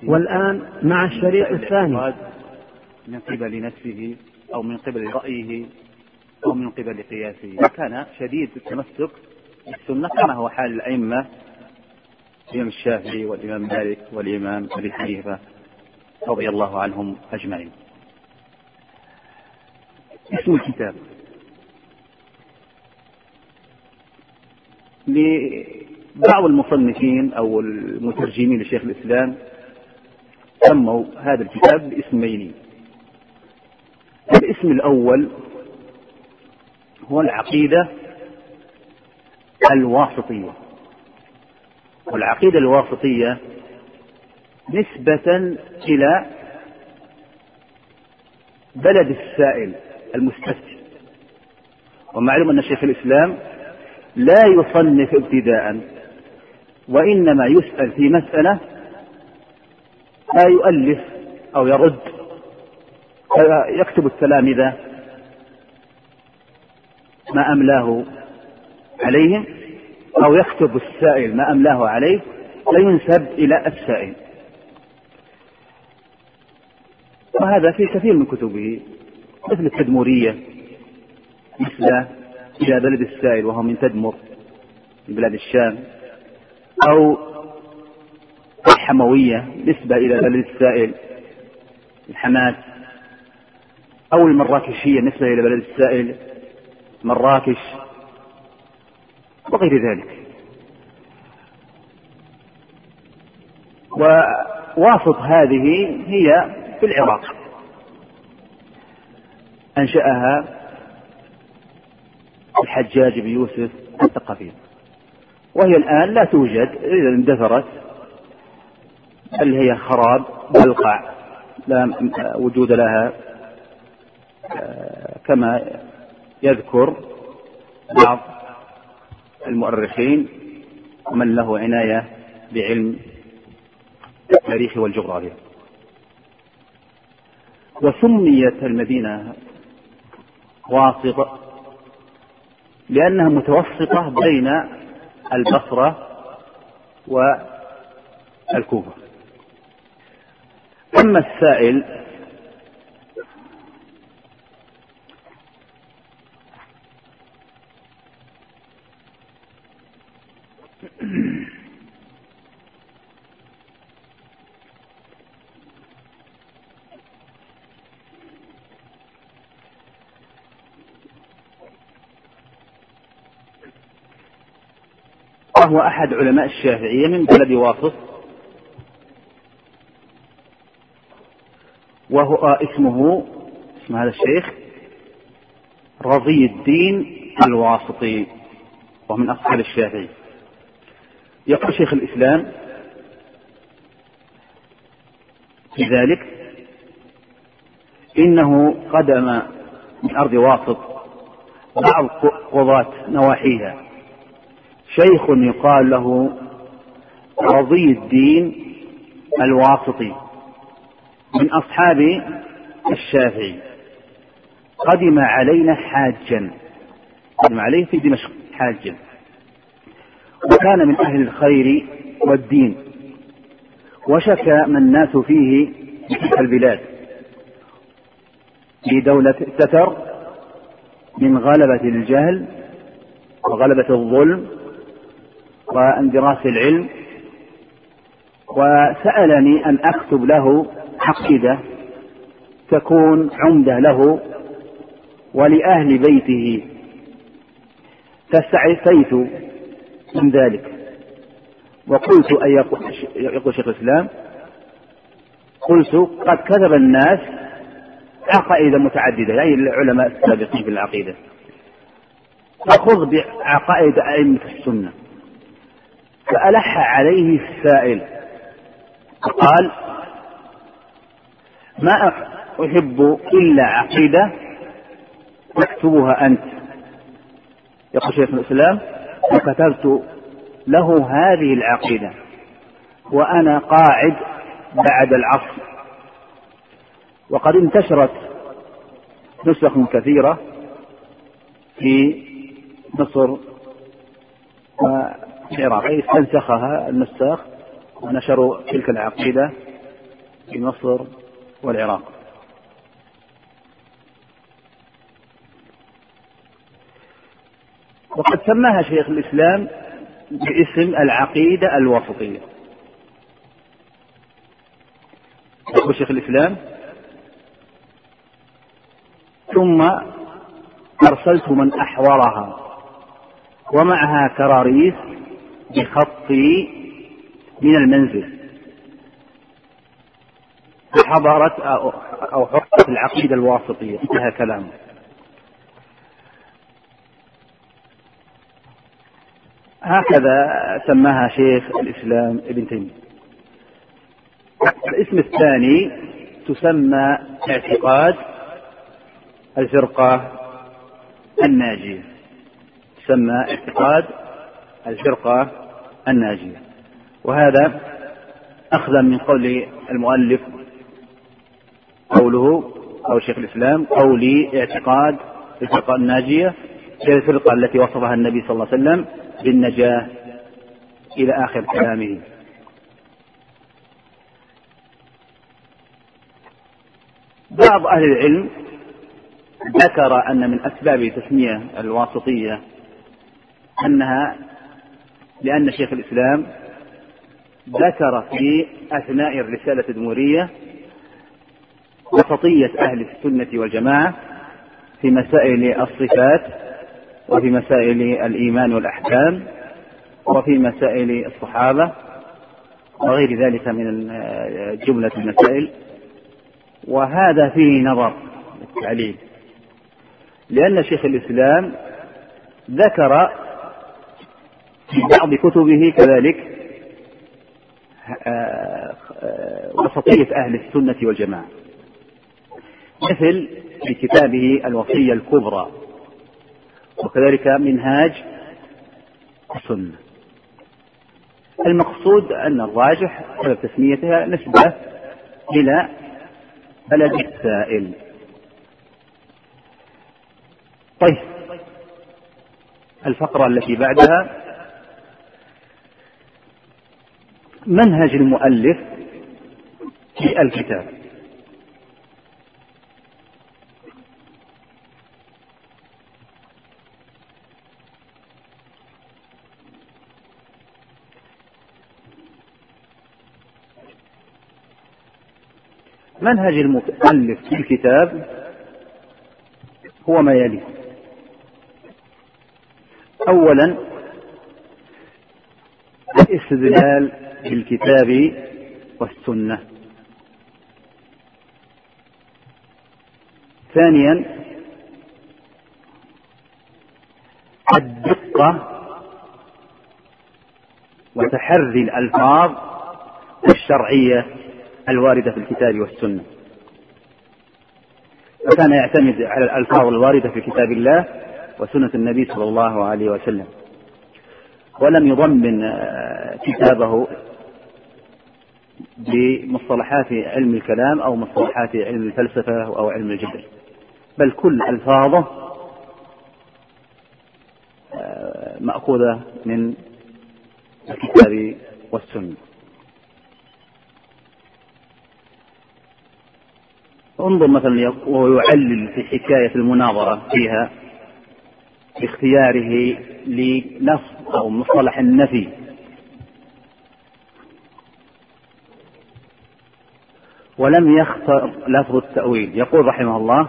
والآن مع الشريط الثاني من قبل نفسه أو من قبل رأيه أو من قبل قياسه، كان شديد التمسك بالسنة كما هو حال الأئمة الإمام الشافعي والإمام مالك والإمام أبي حنيفة رضي الله عنهم أجمعين. اسم الكتاب لبعض المصنفين أو المترجمين لشيخ الإسلام سموا هذا الكتاب باسمين. الاسم الأول هو العقيدة الواسطية، والعقيدة الواسطية نسبة إلى بلد السائل المستفتي. ومعلوم أن شيخ الإسلام لا يصنف ابتداء، وإنما يسأل في مسألة لا يؤلف أو يرد، يكتب التلامذة ما أملاه عليهم أو يكتب السائل ما أملاه عليه، فينسب إلى السائل. وهذا في كثير من كتبه، مثل التدمرية، مثل إلى بلد السائل وهو من تدمر من بلاد الشام، أو الحموية نسبة إلى بلد السائل الحماس، أو المراكشية نسبة إلى بلد السائل مراكش، وغير ذلك. وواسط هذه هي في العراق، أنشأها الحجاج بن يوسف الثقفي، وهي الآن لا توجد، إذا اندثرت، بل هي خراب بلقع لا وجود لها كما يذكر بعض المؤرخين ومن له عناية بعلم التاريخ والجغرافيا. وسميت المدينة واسطة لأنها متوسطة بين البصرة والكوفة. أما السائل وهو أحد علماء الشافعية من بلد واسط، وهو اسم هذا الشيخ رضي الدين الواسطي، ومن أصحاب الشافعي. يقول شيخ الإسلام في ذلك: إنه قدم من أرض واسط بعض قضاة نواحيها شيخ يقال له رضي الدين الواسطي من أصحاب الشافعي، قدم علينا حاجا، قدم عليه في دمشق حاجا، وكان من أهل الخير والدين، وشكى ما الناس فيه في تلك البلاد في دولة تتر من غلبة الجهل وغلبة الظلم واندراس العلم، وسألني أن أكتب له عقيدة تكون عمدة له ولأهل بيته، فاستعفيت من ذلك وقلت يقول شيخ الإسلام: قلت قد كتب الناس عقائد متعددة، يعني العلماء السابقين في العقيدة، فخذ بعقائد أئمة السنة. فألح عليه السائل فقال: ما أحب إلا عقيدة تكتبها أنت. يقول شيخ الإسلام: فكتبت له هذه العقيدة وأنا قاعد بعد العصر، وقد انتشرت نسخ كثيرة في مصر والعراق، استنسخها النساخ ونشروا تلك العقيدة في مصر والعراق. وقد سماها شيخ الإسلام باسم العقيدة الوسطية. يقول شيخ الإسلام: ثم أرسلت من أحورها ومعها كراريس بخطي من المنزل، حضرت أو حضرت العقيدة الواسطية. انتهى كلامه. هكذا سماها شيخ الإسلام ابن تيمية. الاسم الثاني تسمى اعتقاد الفرقة الناجية. تسمى اعتقاد الفرقة الناجية، وهذا أخذا من قول المؤلف قوله أو شيخ الإسلام قولي اعتقاد الفرقة الناجية هي الفرقة التي وصفها النبي صلى الله عليه وسلم بالنجاة إلى آخر كلامه. بعض أهل العلم ذكر أن من أسباب تسمية الواسطية أنها لأن شيخ الإسلام ذكر في أثناء الرسالة الدمورية وسطية أهل السنة والجماعة في مسائل الصفات وفي مسائل الإيمان والأحكام وفي مسائل الصحابة وغير ذلك من جملة المسائل. وهذا فيه نظر التعليل، لأن شيخ الإسلام ذكر في بعض كتبه كذلك وسطية أهل السنة والجماعة، مثل في كتابه الوصية الكبرى، وكذلك منهاج السنة. المقصود أن الراجح سبب تسميتها نسبة إلى بلد السائل. طيب، الفقرة التي بعدها منهج المؤلف في الكتاب. منهج المؤلف في الكتاب هو ما يلي: أولا الاستدلال بالكتاب والسنة. ثانيا الدقة وتحري الألفاظ الشرعية الواردة في الكتاب والسنة، فكان يعتمد على الألفاظ الواردة في كتاب الله وسنة النبي صلى الله عليه وسلم، ولم يضمن كتابه بمصطلحات علم الكلام أو مصطلحات علم الفلسفة أو علم الجبر، بل كل ألفاظه مأخوذة من الكتاب والسنة. انظر مثلا وهو يعلل في حكاية المناظرة فيها باختياره للفظ أو مصطلح النفي، ولم يختر لفظ التأويل. يقول رحمه الله: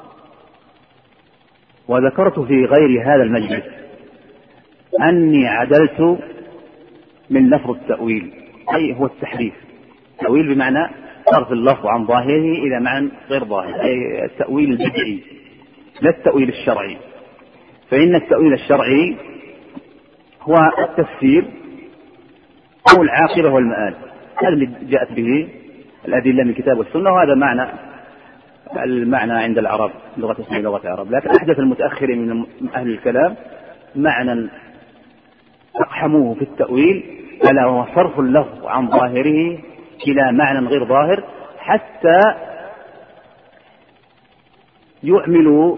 وذكرت في غير هذا المجلس أني عدلت من لفظ التأويل، أي هو التحريف. التأويل بمعنى صرف اللفظ عن ظاهره إلى معنى غير ظاهر، أي التأويل البدعي لا التأويل الشرعي. فإن التأويل الشرعي هو التفسير أو العاقبة والمآل، هذا اللي جاءت به الأدلة من الكتاب والسنة، وهذا المعنى عند العرب، لغة اسمها لغة العرب. لكن أحدث المتأخرين من أهل الكلام معنى أقحموه في التأويل، ألا وهو صرف اللفظ عن ظاهره إلى معنى غير ظاهر، حتى يعملوا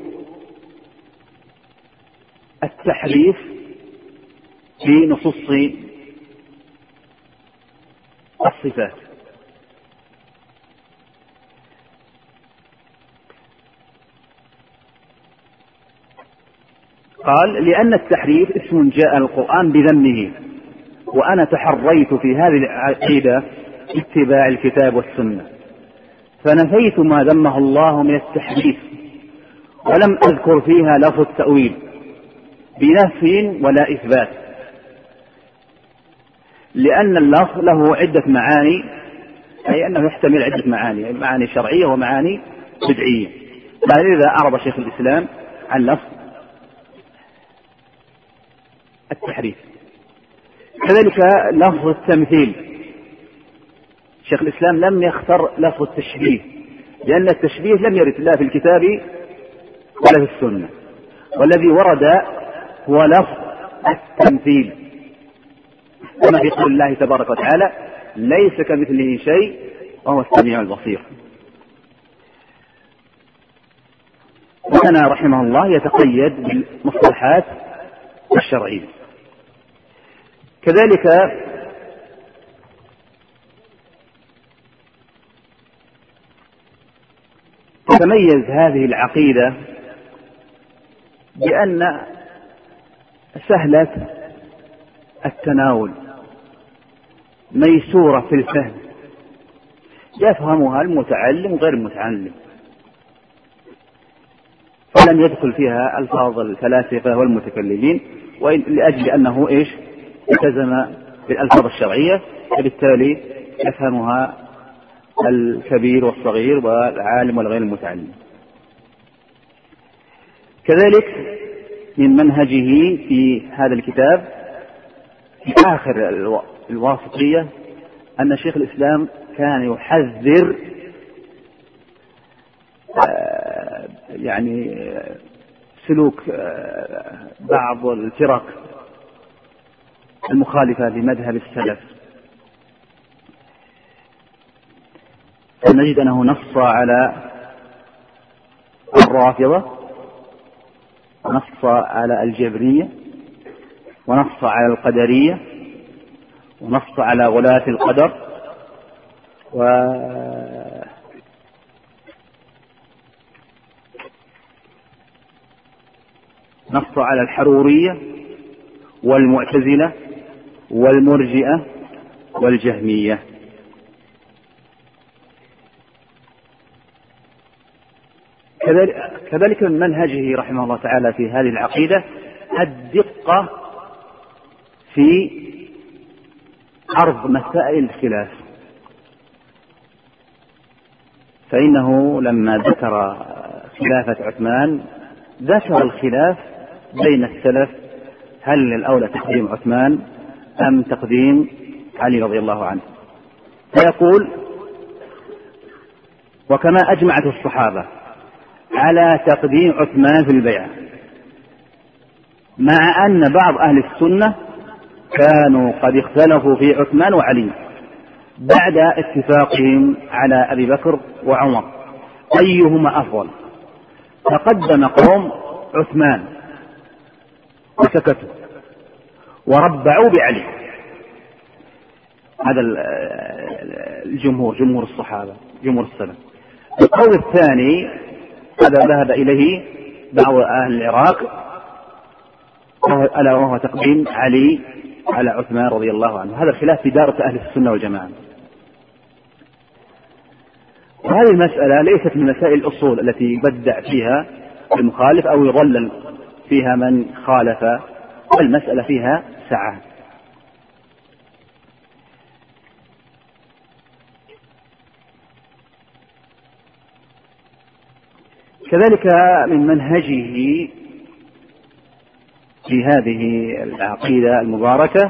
التحريف في نصوص الصفات. قال لأن التحريف اسم جاء القرآن بذمه، وأنا تحريت في هذه العقيدة اتباع الكتاب والسنة، فنفيت ما ذمه الله من التحريف، ولم أذكر فيها لفظ التأويل بنفي ولا إثبات، لأن اللفظ له عدة معاني، أي أنه يحتمل عدة معاني، معاني شرعية ومعاني بدعية. فلذا أعرض شيخ الإسلام عن لفظ التحريف. كذلك لفظ التمثيل، شيخ الإسلام لم يختر لفظ التشبيه، لأن التشبيه لم يرد لا في الكتاب ولا في السنة، والذي ورد هو لفظ التمثيل، كما في قول الله تبارك وتعالى: ليس كمثله شيء وهو السميع البصير. وكان رحمه الله يتقيد بالمصطلحات الشرعية. كذلك تتميز هذه العقيدة بأن سهلة التناول، ميسورة في الفهم، يفهمها المتعلم وغير المتعلم، فلم يدخل فيها ألفاظ الفلاسفة والمتكلمين، لأجل أنه التزم بالألفاظ الشرعية، وبالتالي يفهمها الكبير والصغير والعالم والغير المتعلم. كذلك من منهجه في هذا الكتاب في آخر الواسطية أن شيخ الإسلام كان يحذر سلوك بعض الفرق المخالفة لمذهب السلف، فنجد أنه نص على الرافضة، ونص على الجبرية، ونص على القدرية، ونص على غلاة القدر، نص على الحرورية والمعتزلة والمرجئة والجهمية. كذلك من منهجه رحمه الله تعالى في هذه العقيدة الدقة في عرض مسائل الخلاف، فإنه لما ذكر خلافة عثمان ذكر الخلاف بين السلف، هل الأولى تقديم عثمان أم تقديم علي رضي الله عنه؟ فيقول: وكما أجمعت الصحابة على تقديم عثمان في البيعة، مع أن بعض أهل السنة كانوا قد اختلفوا في عثمان وعلي بعد اتفاقهم على أبي بكر وعمر أيهما أفضل، فقدم قوم عثمان وسكتوا وربعوا بعلي. هذا الجمهور، جمهور الصحابة، جمهور السلف. القول الثاني هذا ذهب إليه بعض أهل العراق، ألا وهو تقديم علي على عثمان رضي الله عنه. هذا الخلاف في دارة أهل السنة والجماعة. وهذه المسألة ليست من مسائل الأصول التي يبدع فيها المخالف أو يضلل فيها من خالف، المسألة فيها سعة. كذلك من منهجه في هذه العقيدة المباركة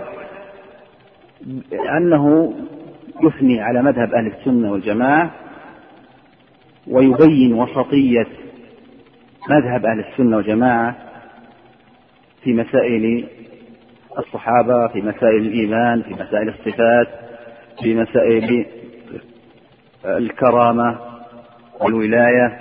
أنه يثني على مذهب أهل السنة والجماعة، ويبين وسطية مذهب أهل السنة والجماعة في مسائل الصحابة، في مسائل الإيمان، في مسائل الصفات، في مسائل الكرامة والولاية.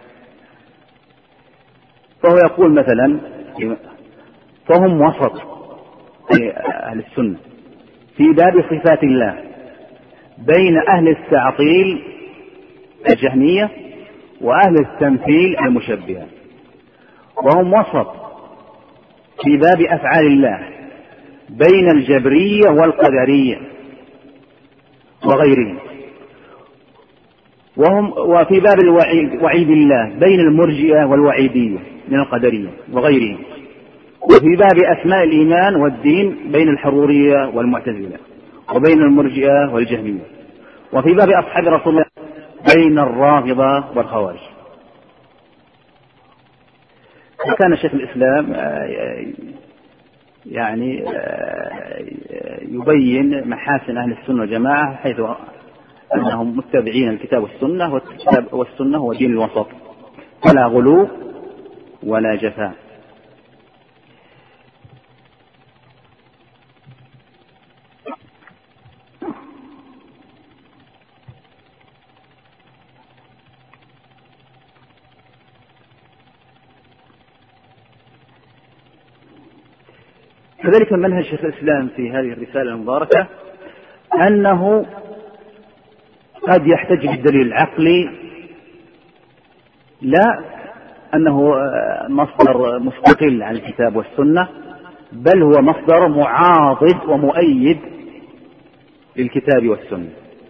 فهو يقول مثلا: فهم وسط أهل السنة في باب صفات الله بين أهل التعطيل الجهمية وأهل التمثيل المشبهة، وهم وسط في باب أفعال الله بين الجبرية والقدرية وغيرهم، وفي باب وعيد الله بين المرجئة والوعيدية من القدرية وغيرهم، وفي باب أسماء الإيمان والدين بين الحرورية والمعتزلة وبين المرجئة والجهمية، وفي باب أصحاب رسول الله بين الرافضة والخوارج. وكان شيخ الإسلام يعني يبين محاسن أهل السنة والجماعة حيث أنهم متبعين الكتاب والسنة، والكتاب والسنة هو دين الوسط، ولا غلو ولا جفاء. كذلك منهج شيخ الإسلام في هذه الرسالة المباركة أنه قد يحتج بالدليل العقلي، لا أنه مصدر مستقل عن الكتاب والسنة، بل هو مصدر معاضد ومؤيد للكتاب والسنة.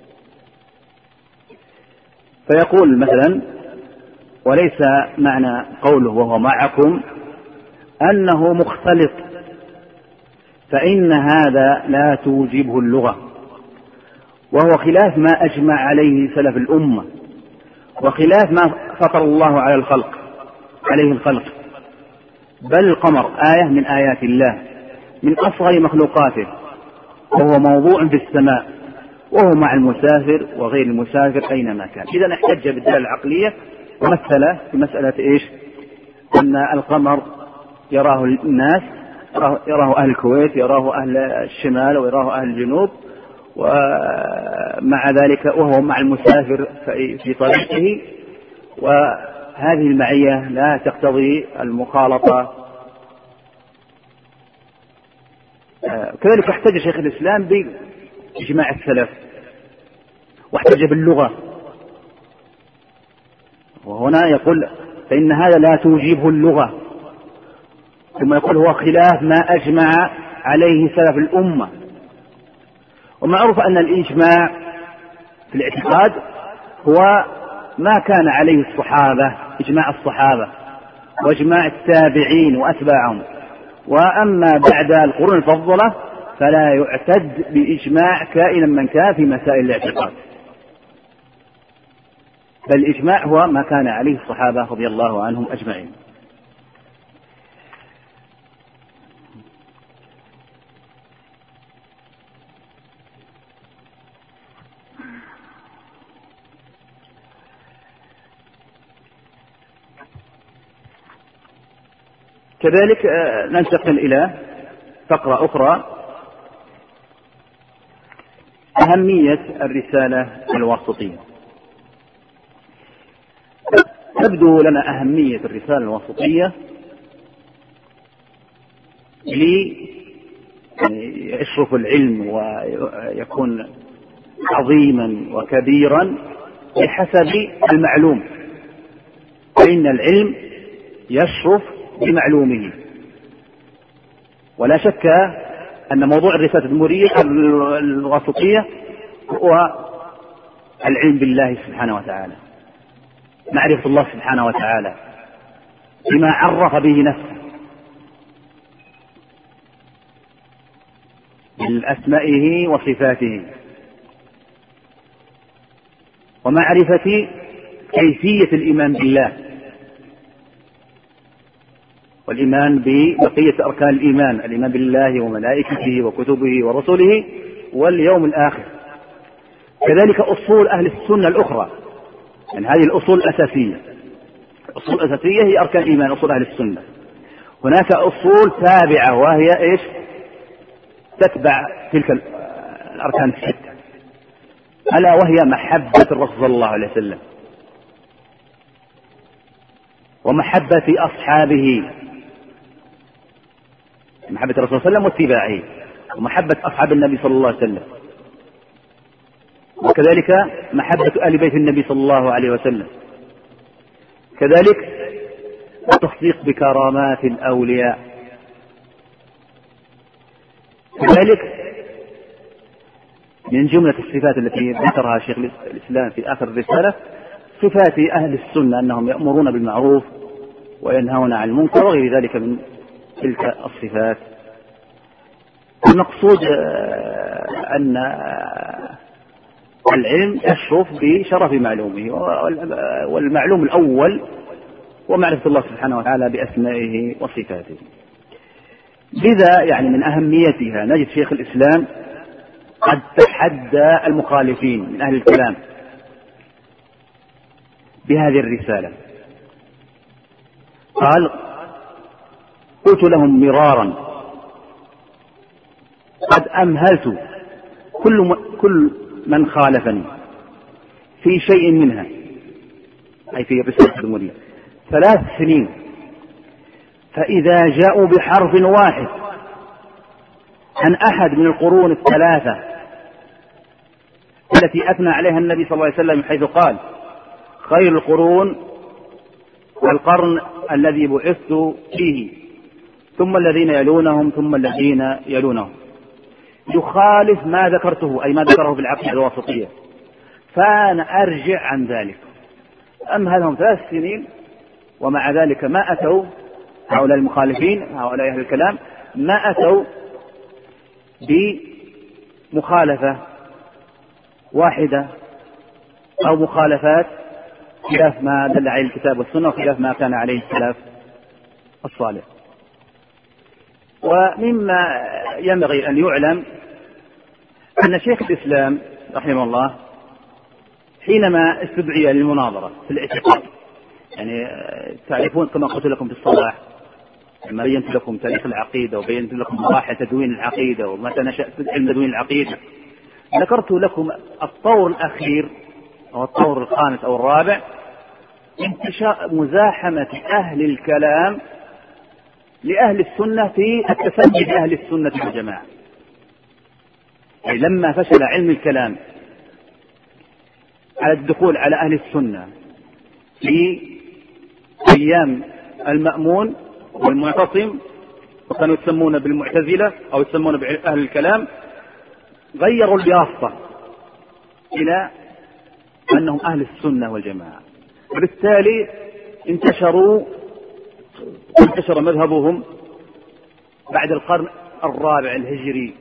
فيقول مثلا: وليس معنى قوله وهو معكم أنه مختلط، فإن هذا لا توجبه اللغة، وهو خلاف ما أجمع عليه سلف الأمة، وخلاف ما فطر الله عليه الخلق، بل القمر آية من آيات الله من أصغر مخلوقاته، وهو موضوع في السماء، وهو مع المسافر وغير المسافر أينما كان. إذن احتج بالدلالة العقلية ومثل في مسألة إيش؟ أن القمر يراه الناس، يراه أهل الكويت، يراه أهل الشمال، ويراه أهل الجنوب، ومع ذلك وهو مع المسافر في طريقه، وهذه المعية لا تقتضي المخالطة. كذلك احتج شيخ الإسلام بإجماع السلف، واحتج باللغة، وهنا يقول فإن هذا لا توجبه اللغة، ثم يقول هو خلاف ما أجمع عليه سلف الأمة. ومعروف أن الإجماع في الاعتقاد هو ما كان عليه الصحابة، إجماع الصحابة وإجماع التابعين وأتباعهم، وأما بعد القرون المفضلة فلا يعتد بإجماع كائنا من كان في مسائل الاعتقاد، بل الإجماع هو ما كان عليه الصحابة رضي الله عنهم أجمعين. كذلك ننتقل إلى فقرة أخرى: أهمية الرسالة الواسطية. تبدو لنا أهمية الرسالة الواسطية ليشرف العلم ويكون عظيما وكبيرا بحسب المعلوم، فإن العلم يشرف بمعلومه. ولا شك أن موضوع الرسالة الواسطية هو العلم بالله سبحانه وتعالى، معرفة الله سبحانه وتعالى بما عرف به نفسه من أسمائه وصفاته، ومعرفة كيفية الإيمان بالله والإيمان ببقية أركان الإيمان، الإيمان بالله وملائكته وكتبه ورسله واليوم الآخر. كذلك أصول أهل السنة الأخرى، يعني هذه الأصول الأساسية. الأصول الأساسية هي أركان الإيمان، أصول أهل السنة. هناك أصول تابعة وهي إيش؟ تتبع تلك الأركان الستة، ألا وهي محبة الرسول صلى الله عليه وسلم، ومحبة أصحابه، محبة الرسول صلى الله عليه وسلم واتباعه، ومحبة أصحاب النبي صلى الله عليه وسلم، وكذلك محبة آل بيت النبي صلى الله عليه وسلم. كذلك التصديق بكرامات الأولياء، كذلك من جملة الصفات التي ذكرها شيخ الإسلام في آخر الرسالة صفات أهل السنة أنهم يأمرون بالمعروف وينهون عن المنكر وغير ذلك من تلك الصفات. المقصود أن العلم يشرف بشرف معلومه، والمعلوم الأول ومعرفة الله سبحانه وتعالى بأسمائه وصفاته. لذا يعني من أهميتها نجد شيخ الإسلام قد تحدى المخالفين من أهل الكلام بهذه الرسالة. قال: قلت لهم مرارا قد أمهلت كل من خالفني في شيء منها، أي في رسالة الجمهورية، 3 سنين، فإذا جاءوا بحرف واحد عن أحد من القرون الثلاثة التي أثنى عليها النبي صلى الله عليه وسلم حيث قال: خير القرون القرن الذي بعثت فيه ثم الذين يلونهم ثم الذين يلونهم، يخالف ما ذكرته، أي ما ذكره في العقيدة الواسطية، فأنا أرجع عن ذلك. أمهلهم 3 سنين، ومع ذلك ما أتوا هؤلاء المخالفين، هؤلاء أهل الكلام، ما أتوا بمخالفة واحدة أو مخالفات خلاف ما دل عليه الكتاب والسنة وخلاف ما كان عليه السلف الصالح. ومما ينبغي أن يعلم أن شيخ الإسلام رحمه الله حينما استدعي للمناظرة في الاعتقاد، يعني تعرفون كما قلت لكم في الصباح لما بينت لكم تاريخ العقيدة وبينت لكم مراحل تدوين العقيدة ومتى نشأ علم تدوين العقيدة، ذكرت لكم الطور الأخير أو الطور الخامس أو الرابع، انتشار مزاحمة أهل الكلام لأهل السنة في التسمي بأهل السنة والجماعة. أي لما فشل علم الكلام على الدخول على أهل السنة في أيام المأمون والمعتصم، وكانوا يسمون بالمعتزلة أو يسمون بأهل الكلام، غيروا اليافطة إلى أنهم أهل السنة والجماعة، وبالتالي انتشر مذهبهم بعد القرن الرابع الهجري،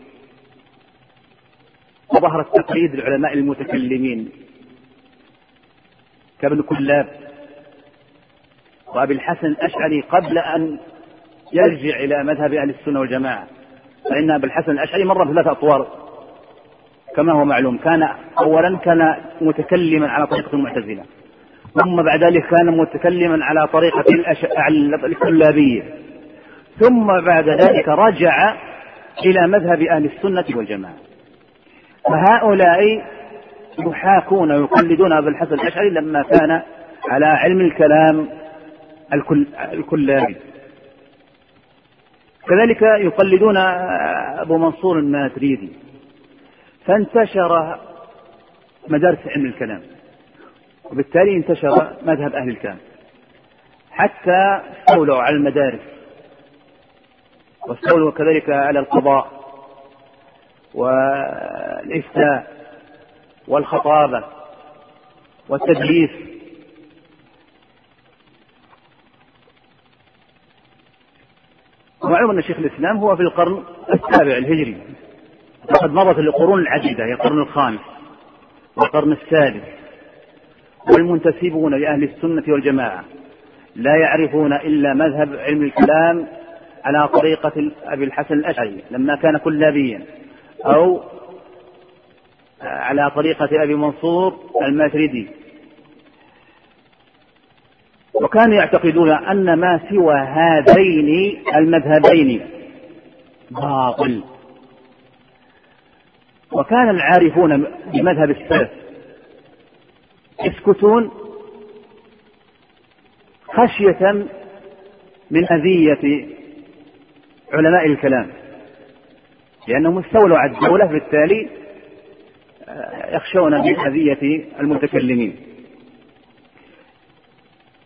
وظهر التقليد للعلماء المتكلمين كابن كلاب وأبي الحسن الأشعري قبل أن يرجع إلى مذهب أهل السنة والجماعة، فإن أبي الحسن الأشعري مر 3 أطوار كما هو معلوم. أولا كان متكلما على طريقة المعتزلة، ثم بعد ذلك كان متكلما على طريقة الكلابية، ثم بعد ذلك رجع إلى مذهب أهل السنة والجماعة. فهؤلاء يحاكون ويقلدون أبا الحسن الأشعري لما كان على علم الكلام الكلابي. كذلك يقلدون أبو منصور الماتريدي، فانتشر مدارس علم الكلام، وبالتالي انتشر مذهب أهل الكلام حتى استولوا على المدارس، واستولوا كذلك على القضاء والإفتاء والخطابة والتدليس. ومعلوم أن شيخ الإسلام هو في القرن السابع الهجري، وقد مضت القرون العديدة، هي القرن الخامس والقرن السادس، والمنتسبون لأهل السنة والجماعة لا يعرفون إلا مذهب علم الكلام على طريقة أبي الحسن الأشعري لما كان كلابيا، أو على طريقة أبي منصور الماتريدي، وكانوا يعتقدون أن ما سوى هذين المذهبين باطل. وكان العارفون بمذهب السلف يسكتون خشية من أذية علماء الكلام، لأنهم استولوا على الدولة، بالتالي يخشون من أذية المتكلمين.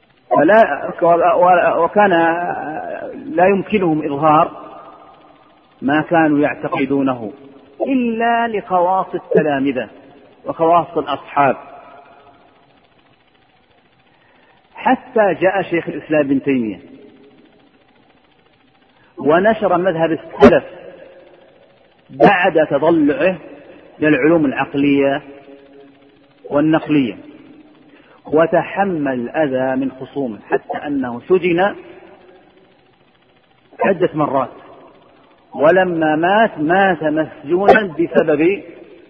وكان لا يمكنهم إظهار ما كانوا يعتقدونه إلا لخواص التلامذة وخواص الأصحاب، حتى جاء شيخ الإسلام ابن تيمية ونشر مذهب السلف بعد تضلعه للعلوم العقلية والنقلية، وتحمل الأذى من خصومه حتى أنه سجن عدة مرات، ولما مات مسجونا بسبب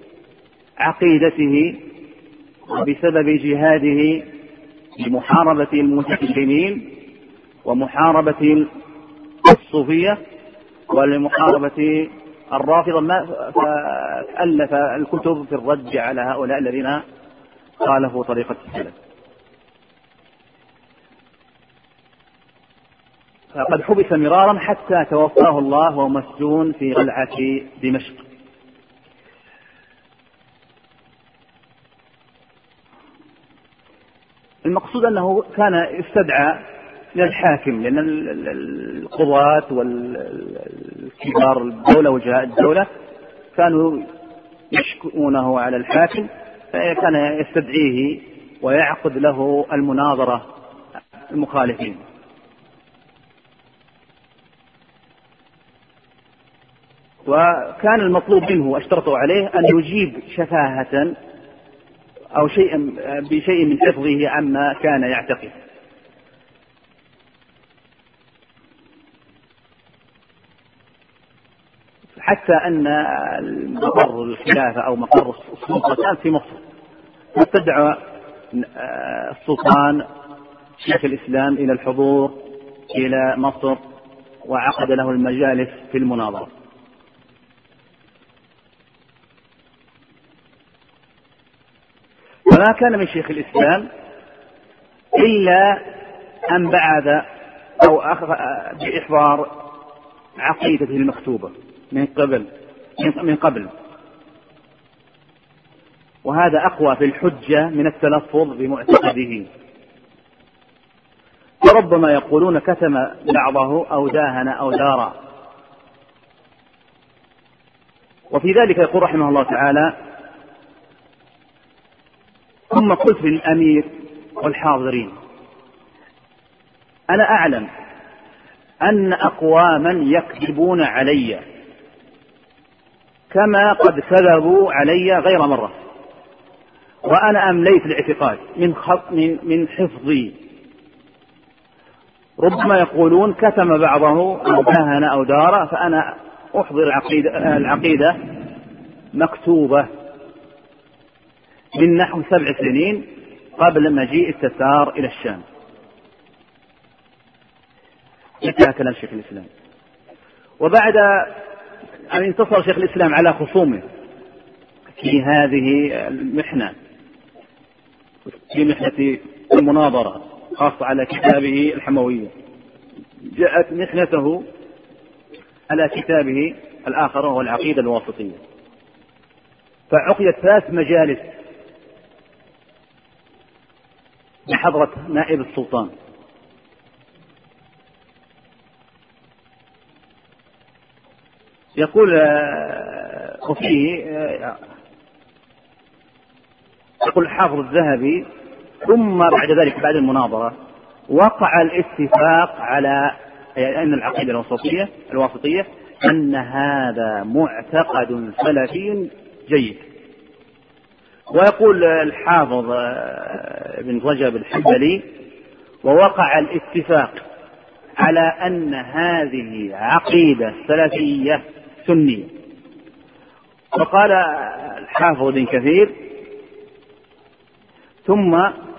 عقيدته وبسبب جهاده لمحاربة المتكلمين ومحاربة الصوفية ولمحاربة الرافضة، فألف الكتب في الرد على هؤلاء الذين خالفوا طريقة السلف. فقد حبس مرارا حتى توفاه الله وهو مسجون في قلعة دمشق. المقصود أنه كان استدعى للحاكم، لأن القضاة والكبار الدولة وجهاء الدولة كانوا يشكونه على الحاكم، فكان يستدعيه ويعقد له المناظرة المخالفين. وكان المطلوب منه واشترطوا عليه أن يجيب شفاهة أو بشيء من حفظه عما كان يعتقد. حتى أن مقر الخلافة أو مقر السلطة كان في مصر، فاستدعى السلطان شيخ الإسلام إلى الحضور إلى مصر وعقد له المجالس في المناظرة. فما كان من شيخ الإسلام إلا أن بعث أو أخذ بإحضار عقيدته المكتوبة من قبل، وهذا أقوى في الحجة من التلفظ بمعتقده. وربما يقولون كتم بعضه أو داهن أو دار. وفي ذلك يقول رحمه الله تعالى: ثم قلت للأمير والحاضرين: أنا أعلم أن أقواما يكذبون علي كما قد كذبوا علي غير مرة، وأنا أمليت الاعتقاد من حفظي. ربما يقولون كتم بعضه أو داهن أو دار، فأنا أحضر العقيدة مكتوبة من نحو 7 سنين قبل مجيء التتار إلى الشام. انتهى كلام شيخ الإسلام. وبعد أن انتصر شيخ الإسلام على خصومه في هذه المحنة، في محنة المناظرة خاصة على كتابه الحموية، جاءت محنته على كتابه الآخر وهو العقيدة الواسطية، فعقدت 3 مجالس بحضرة نائب السلطان. يقول وفيه يقول الحافظ الذهبي: ثم بعد ذلك بعد المناظرة وقع الاتفاق على أن العقيدة الواسطية أن هذا معتقد سلفي جيد. ويقول الحافظ ابن رجب الحنبلي: ووقع الاتفاق على أن هذه عقيدة سلفية سنية. وقال الحافظ ابن كثير: ثم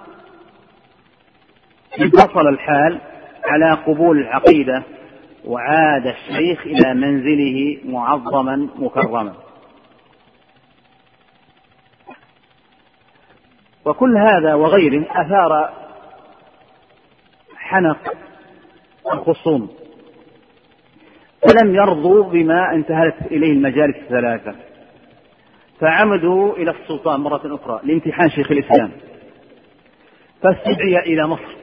انفصل الحال على قبول العقيدة، وعاد الشيخ إلى منزله معظما مكرما. وكل هذا وغيره أثار حنق الخصوم، فلم يرضوا بما انتهت إليه المجالس ال3، فعمدوا إلى السلطان مرة أخرى لامتحان شيخ الإسلام، فاستدعي إلى مصر.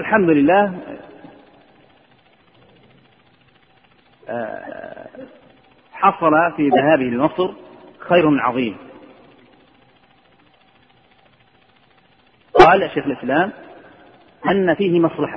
والحمد لله حصل في ذهابه لمصر خير عظيم. قال شيخ الإسلام أن فيه مصلحة،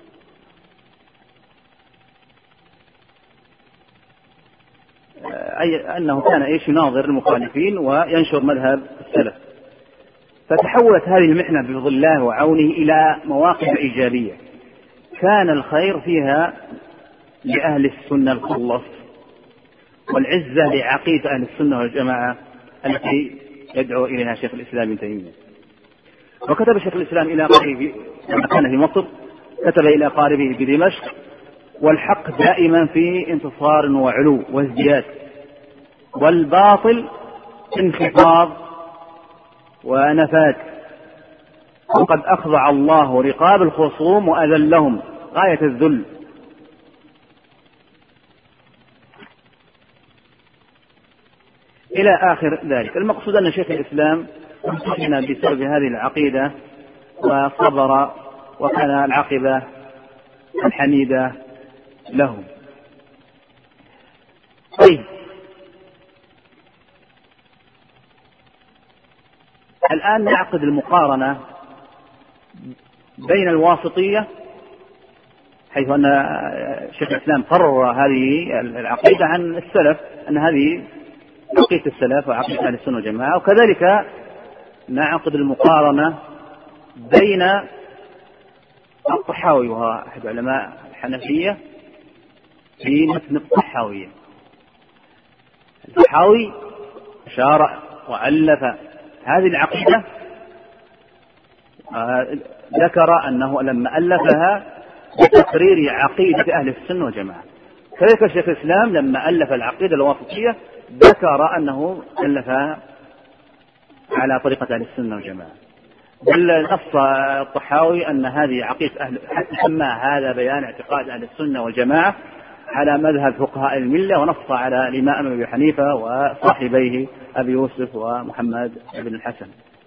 أي أنه كان يناظر المخالفين وينشر مذهب السلف، فتحولت هذه المحنة بفضل الله وعونه إلى مواقف إيجابية كان الخير فيها لأهل السنة الخلص والعزة لعقيدة أهل السنة والجماعة التي يدعو إليها شيخ الإسلام ابن تيمية. وكتب شيخ الإسلام إلى قاربه لما كان في مصر، كتب إلى قاربه بدمشق: والحق دائما في انتصار وعلو وازدياد، والباطل انخفاض ونفاد، وقد أخضع الله رقاب الخصوم وأذلهم غاية الذل. إلى آخر ذلك. المقصود أن شيخ الإسلام امتحن بسبب هذه العقيدة وصبر، وكان العاقبة الحميدة له. طيب، الآن نعقد المقارنة بين الواسطية، حيث أن شيخ الإسلام قرر هذه العقيدة عن السلف، أن هذه عقيدة السلف وعقيدة أهل السنة والجماعة، وكذلك نعقد المقارنة بين الطحاوي وهو أحد علماء الحنفية في متن الطحاوية. الطحاوي شارع وألف هذه العقيدة، ذكر أنه لما ألفها بتقرير عقيدة أهل السنة والجماعة. كذلك الشيخ الإسلام لما ألف العقيدة الواسطية ذكر أنه ألفها على طريقة أهل السنة والجماعة. بل نص الطحاوي أن هذه عقيدة حتى سمى هذا بيان اعتقاد أهل السنة والجماعة على مذهب فقهاء الملة، ونص على الإمام أبي حنيفة وصاحبيه أبي يوسف ومحمد بن الحسن.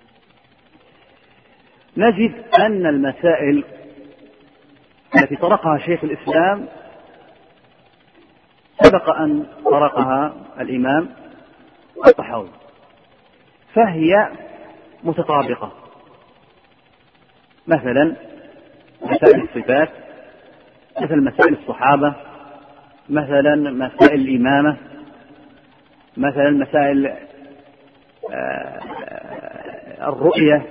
نجد أن المسائل التي طرقها شيخ الإسلام سبق أن طرقها الإمام الطحاوي، فهي متطابقة. مثلا مسائل الصفات، مثل مسائل الصحابة، مثلا مسائل الإمامة، مثلا مسائل الرؤية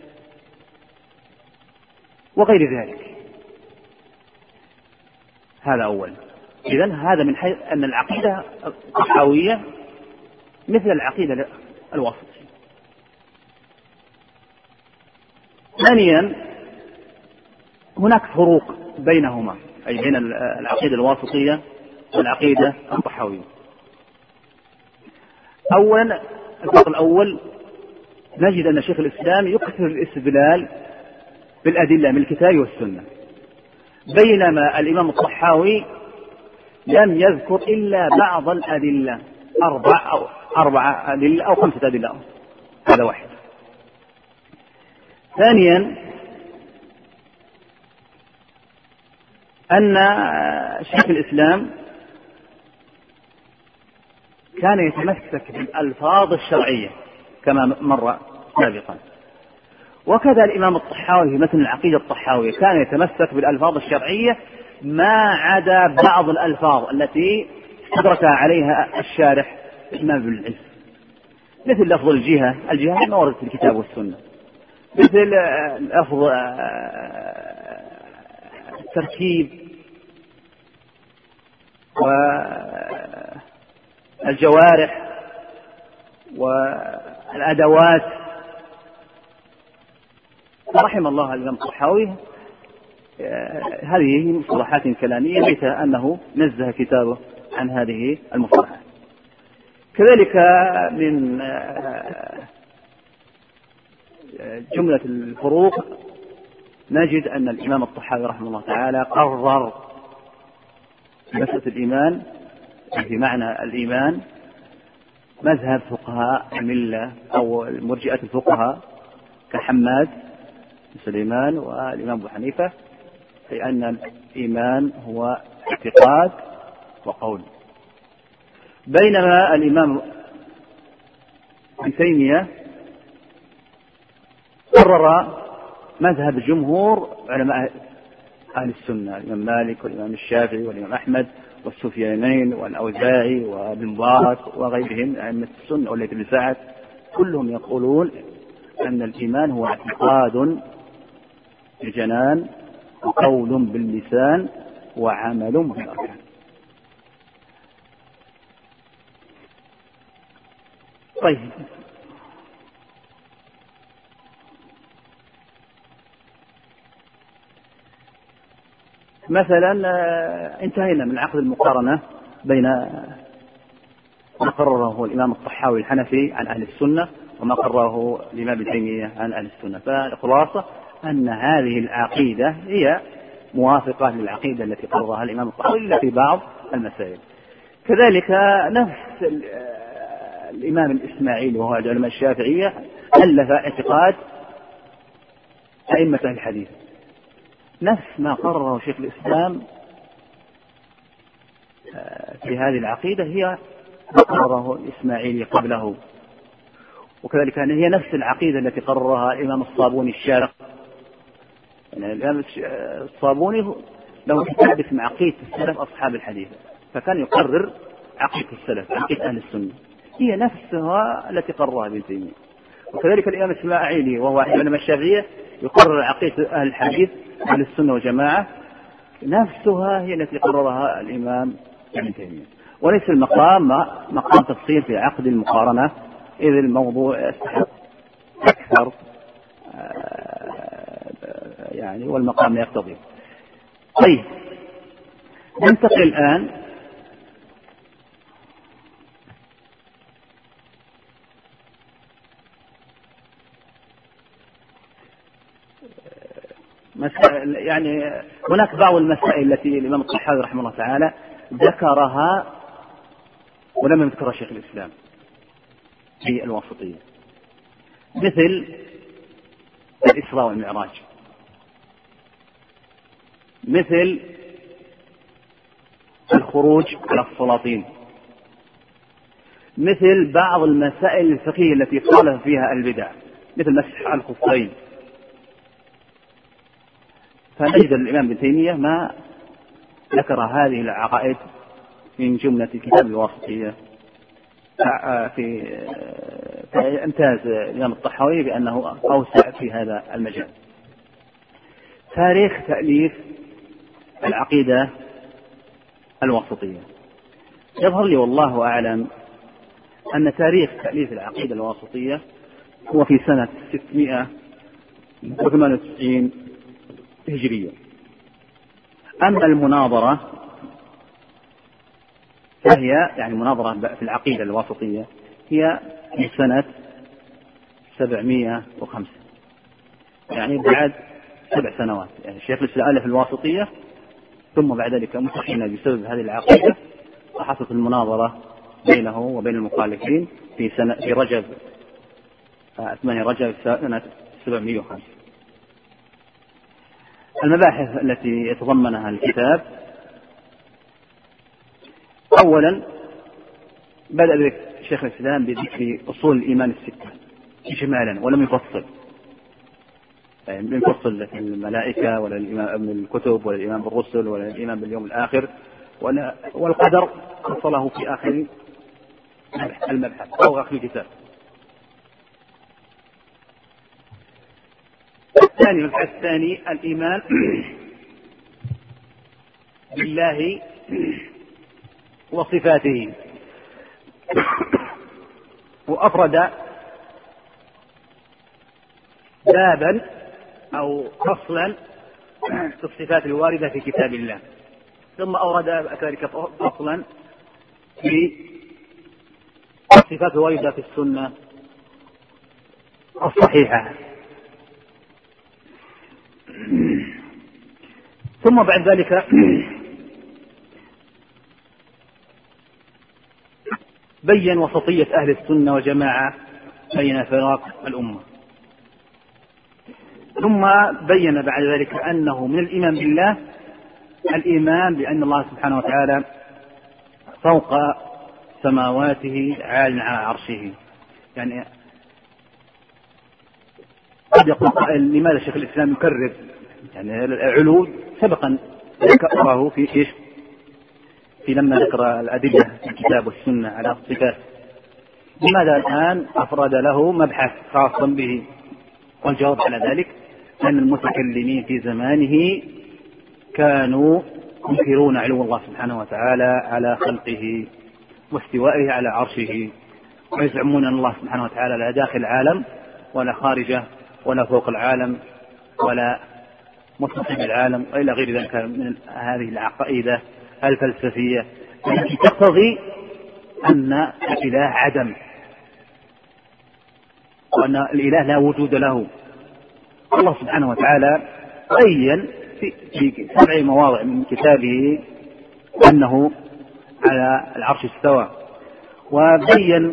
وغير ذلك. هذا أول. إذن هذا من حيث أن العقيدة الطحاوية مثل العقيدة الواسطية. ثانيا، هناك فروق بينهما، أي بين العقيدة الواسطية والعقيدة الطحاوية. أولا، الفرق الأول، نجد أن شيخ الإسلام يكثر الاستدلال بالأدلة من الكتاب والسنة، بينما الإمام الطحاوي لم يذكر إلا بعض الأدلة، أربع أدلة أو 5 أدلة، هذا واحد. ثانيا، أن شيخ الإسلام كان يتمسك بالألفاظ الشرعية كما مر سابقا، وكذا الإمام الطحاوي في متن العقيدة الطحاوية كان يتمسك بالألفاظ الشرعية ما عدا بعض الألفاظ التي استدرك عليها الشارح الإمام ابن العز، مثل لفظ الجهة ما ورد في الكتاب والسنة، مثل لفظ التركيب والجوارح والأدوات. رحم الله الإمام الطحاوي، هذه مصطلحات كلامية ليس أنه نزه كتابه عن هذه المصطلحات. كذلك من جملة الفروق نجد أن الإمام الطحاوي رحمه الله تعالى قرر مسألة الإيمان في معنى الإيمان مذهب فقهاء الملة أو مرجئة الفقهاء كحماد بن سليمان والإمام أبو حنيفة، لأن الإيمان هو اعتقاد وقول، بينما الإمام ابن تيمية قرر مذهب جمهور علماء أهل السنة، الإمام مالك والإمام الشافعي والإمام أحمد والسفيانين والأوزاعي وابن مبارك وغيرهم أئمة السنة والليث بن سعد، كلهم يقولون أن الإيمان هو اعتقاد بالجنان وقول باللسان وعمل بالأركان. طيب، مثلا انتهينا من عقد المقارنة بين ما قرره الإمام الطحاوي الحنفي عن أهل السنة وما قرره الإمام ابن تيمية عن أهل السنة. فالخلاصة أن هذه العقيدة هي موافقة للعقيدة التي قررها الإمام الطحاوي إلا في بعض المسائل. كذلك نفس الإمام الإسماعيلي وهو علماء الشافعية ألف اعتقاد أئمة الحديث، نفس ما قرره شيخ الإسلام في هذه العقيدة هي ما قرره الإسماعيلي قبله، وكذلك هي نفس العقيدة التي قررها الإمام الصابوني الشارق. يعني الإمام الصابوني له كتاب اسمه عقيدة السلف أصحاب الحديث، فكان يقرر عقيدة السلف، عقيدة أهل السنة، هي نفسها التي قررها ابن تيمية. وكذلك الإمام الإسماعيلي وهو أحد علماء الشافعية يقرر عقيدة أهل الحديث أهل السنة والجماعة، نفسها هي التي قررها الإمام ابن تيمية. وليس المقام مقام تفصيل في عقد المقارنة، إذ الموضوع يستحق أكثر يعني والمقام يقتضي. طيب، ننتقل الآن مسائل، يعني هناك بعض المسائل التي الإمام الطحاوي رحمه الله تعالى ذكرها ولم يذكرها شيخ الإسلام في الواسطية، مثل الإسراء والمعراج، مثل الخروج على السلاطين، مثل بعض المسائل الفقهية التي خالف فيها البدع، مثل مسح على الخفين. فنجد الإمام ابن تيمية ما ذكر هذه العقائد من جملة كتاب الواسطية. امتاز الإمام الطحاوي بأنه أوسع في هذا المجال. تاريخ تأليف العقيدة الواسطية، يظهر لي والله أعلم أن تاريخ تأليف العقيدة الواسطية هو في سنة 698 هجرية. أما المناظرة فهي يعني مناظرة في العقيدة الواسطية هي في سنة 705، يعني بعد 7 سنوات. يعني الشيخ الإسلام ألف الواسطية ثم بعد ذلك متحين بسبب هذه العقيدة وحصلت المناظرة بينه وبين المخالفين في رجب 8 رجب سنة 705. المباحث التي يتضمنها الكتاب: أولا بدأ شيخ الإسلام بذكر أصول الإيمان الستة إجمالا ولم يفصل، يعني لم يفصل في الملائكة ولا الإيمان بالكتب ولا الإيمان بالرسل ولا الإيمان باليوم الآخر والقدر، فصله في آخر المبحث أو آخر الكتاب. المبحث الثاني الإيمان بالله وصفاته، وأفرد بابا أو فصلا في الصفات الواردة في كتاب الله، ثم أورد كذلك فصلا في الصفات الواردة في السنة الصحيحة. ثم بعد ذلك بين وسطية أهل السنة والجماعة بين فراق الأمة. ثم بين بعد ذلك أنه من الإيمان بالله الإيمان بأن الله سبحانه وتعالى فوق سماواته عال على عرشه. يعني قد يقول قائل لماذا شيخ الإسلام يكرر يعني العلو سبقا ذكره في لما ذكر الأدلة في الكتاب والسنة على الصفات، لماذا الآن أفرد له مبحث خاصا به؟ والجواب على ذلك أن المتكلمين في زمانه كانوا ينكرون علو الله سبحانه وتعالى على خلقه واستوائه على عرشه، ويزعمون أن الله سبحانه وتعالى لا داخل العالم ولا خارجه ولا فوق العالم ولا متصل بالعالم وإلى غير ذلك من هذه العقائد الفلسفية التي تقتضي أن الإله عدم وأن الإله لا وجود له. الله سبحانه وتعالى بين في 7 مواضع من كتابه أنه على العرش استوى، وبين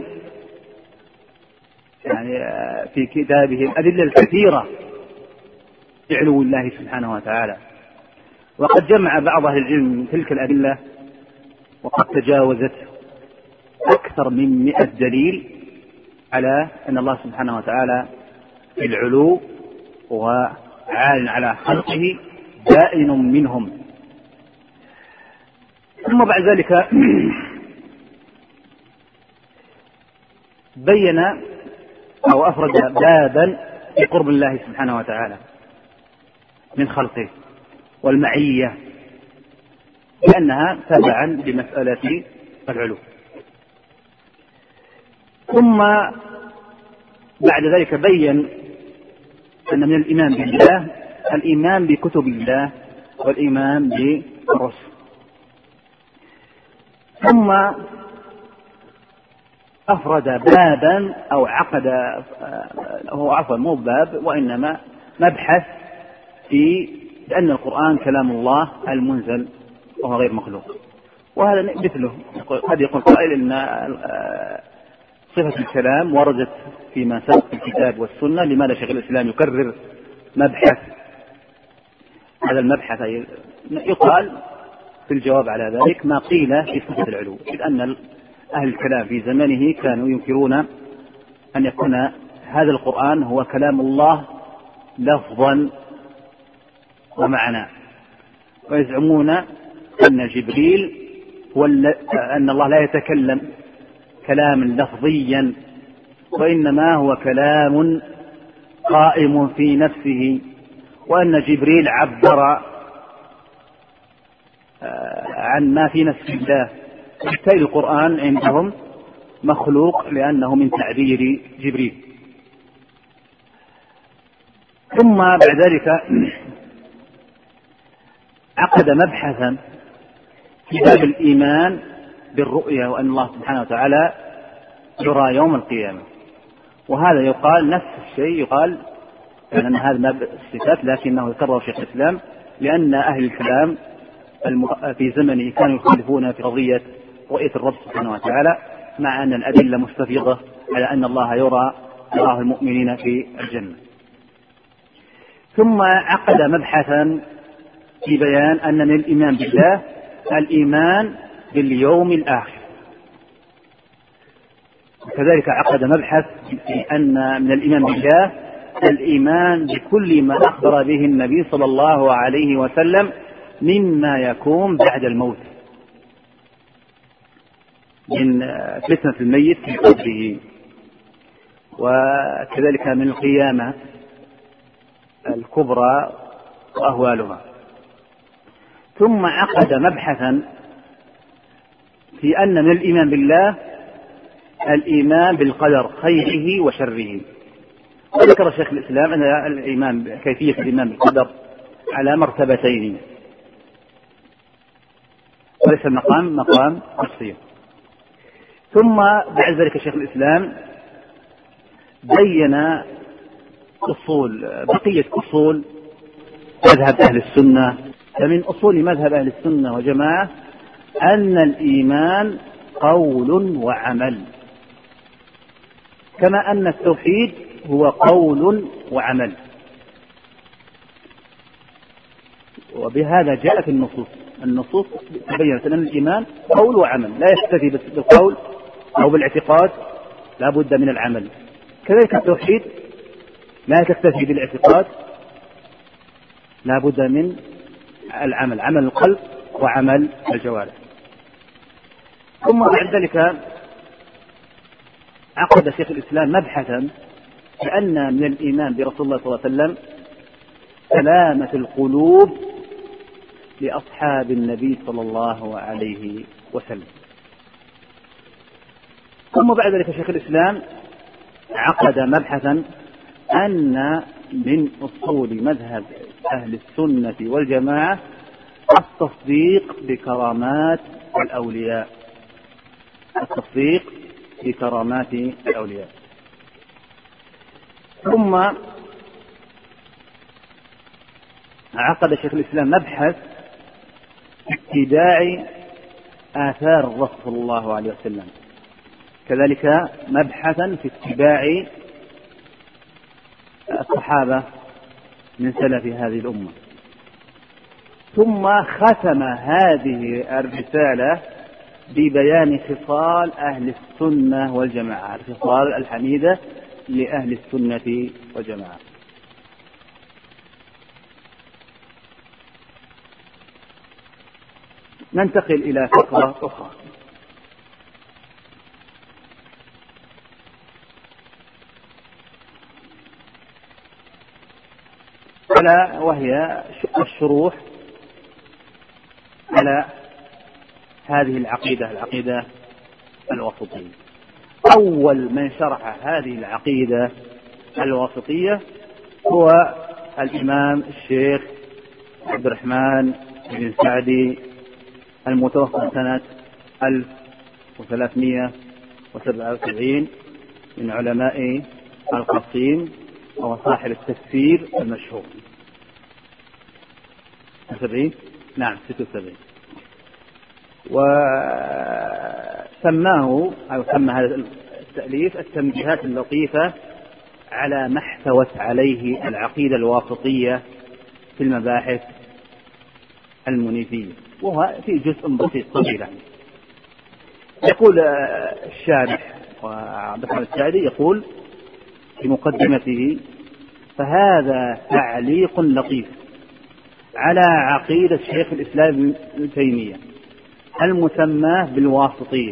يعني في كتابه الأدلة الكثيرة بعلو الله سبحانه وتعالى. وقد جمع بعض أهل العلم من تلك الأدلة وقد تجاوزت أكثر من 100 دليل على أن الله سبحانه وتعالى في العلو وعال على خلقه دائن منهم. ثم بعد ذلك بين أو أفرد بابا في قرب الله سبحانه وتعالى من خلقه والمعية لأنها تبعا لمسألة العلو. ثم بعد ذلك بين أن من الإيمان بالله الإيمان بكتب الله والإيمان بالرسل. ثم أفرد بابا أو عقد هو عفوا مو باب وإنما مبحث في أن القرآن كلام الله المنزل وهو غير مخلوق. وهذا مثله قد يقول قائل أن صفة الكلام وردت فيما سبق في الكتاب والسنة، لماذا شيخ الإسلام يكرر مبحث هذا المبحث؟ يقال في الجواب على ذلك ما قيل في صفة العلو، إذ أن أهل الكلام في زمنه كانوا ينكرون أن يكون هذا القرآن هو كلام الله لفظا ومعنى، ويزعمون أن جبريل أن الله لا يتكلم كلاما لفظيا وإنما هو كلام قائم في نفسه، وأن جبريل عبر عن ما في نفس الله، وبالتالي القرآن عندهم مخلوق لأنه من تعبير جبريل. ثم بعد ذلك عقد مبحثا في باب الإيمان بالرؤية وأن الله سبحانه وتعالى يرى يوم القيامة. وهذا يقال نفس الشيء، يقال أن هذا باب الصفات لكنه يكرر شيخ الإسلام لأن أهل الكلام في زمنه كانوا يختلفون في قضية رؤية الرب سبحانه وتعالى، مع أن الأدلة مستفيضة على أن الله يراه المؤمنين في الجنة. ثم عقد مبحثا في بيان أن من الإيمان بالله الإيمان باليوم الآخر، وكذلك عقد مبحث في أن من الإيمان بالله الإيمان بكل ما أخبر به النبي صلى الله عليه وسلم مما يكون بعد الموت من فتنة الميت في قبره، وكذلك من القيامة الكبرى وأهوالها. ثم عقد مبحثا في أن من الإيمان بالله الإيمان بالقدر خيره وشره. وذكر شيخ الإسلام أن الإيمان كيفية الإيمان بالقدر على مرتبتين، وليس المقام مقام تفصيل. ثم بعد ذلك شيخ الإسلام بين بقية أصول مذهب أهل السنة. فمن أصول مذهب أهل السنة وجماعة أن الإيمان قول وعمل، كما أن التوحيد هو قول وعمل. وبهذا جاءت النصوص تبينت أن الإيمان قول وعمل، لا يكتفي بالقول أو بالاعتقاد، لا بد من العمل. كذلك التوحيد لا تكتفي بالاعتقاد، لا بد من العمل، عمل القلب وعمل الجوارح. ثم بعد ذلك عقد شيخ الإسلام مبحثا لأن من الإيمان برسول الله صلى الله عليه وسلم سلامة القلوب لأصحاب النبي صلى الله عليه وسلم. ثم بعد ذلك شيخ الإسلام عقد مبحثا أن من أصول مذهب أهل السنة والجماعة التصديق بكرامات الأولياء، التصديق بكرامات الأولياء. ثم عقد شيخ الإسلام مبحث اتباع آثار الرسول صلى الله عليه وسلم، كذلك مبحثا في اتباع الصحابة من سلف هذه الأمة. ثم ختم هذه الرسالة ببيان خصال أهل السنة والجماعة، الخصال الحميدة لأهل السنة والجماعة. ننتقل إلى فقرة أخرى، ألا وهي الشروح على هذه العقيدة الواسطية. أول من شرح هذه العقيدة الواسطية هو الإمام الشيخ عبد الرحمن بن سعدي المتوفى سنة 1377 من علماء القصيم، وهو صاحب التفسير المشهور. 76 نعم 76. وسماه أو سمى هذا التأليف التنبيهات اللطيفة على ما احتوت عليه العقيدة الواسطية في المباحث المنيفية، وهو في جزء بسيط طويل يعني. يقول الشارح وعبد الرحمن السعدي يقول في مقدمته: فهذا تعليق لطيف على عقيدة شيخ الإسلام ابن تيمية المسماة بالواسطية،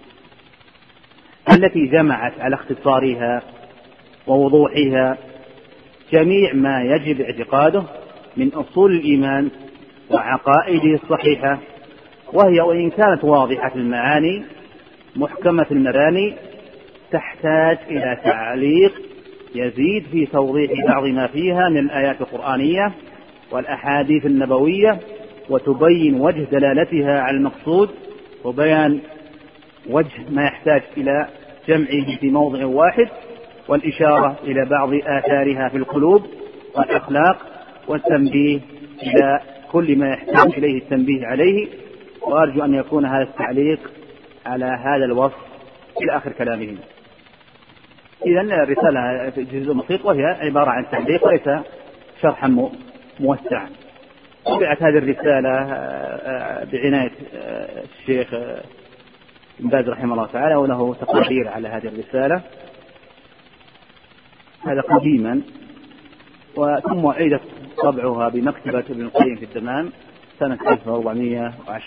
التي جمعت على اختصارها ووضوحها جميع ما يجب اعتقاده من أصول الإيمان وعقائده الصحيحة، وهي وإن كانت واضحة المعاني محكمة المباني تحتاج إلى تعليق يزيد في توضيح بعض ما فيها من الآيات القرآنية والأحاديث النبوية، وتبين وجه دلالتها على المقصود، وبيان وجه ما يحتاج إلى جمعه في موضع واحد، والإشارة إلى بعض آثارها في القلوب والأخلاق، والتنبيه إلى كل ما يحتاج إليه التنبيه عليه. وأرجو أن يكون هذا التعليق على هذا الوصف إلى آخر كلامهم. إذن الرسالة جزء بسيط، وهي عبارة عن تعليق وليس شرحا موسعا. طبعت هذه الرسالة بعناية الشيخ ابن باز رحمه الله تعالى، وله تقارير على هذه الرسالة، هذا قديما، وثم أعيدت طبعها بمكتبة ابن القيم في الدمام سنة 1410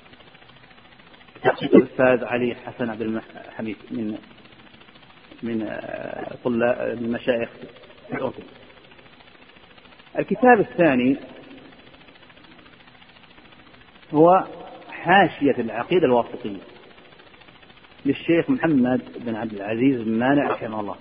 تحقيق الأستاذ علي حسن عبد الحميد من طلاب المشايخ في الأردن. الكتاب الثاني هو حاشية العقيدة الواسطية للشيخ محمد بن عبد العزيز بن مانع رحمه الله،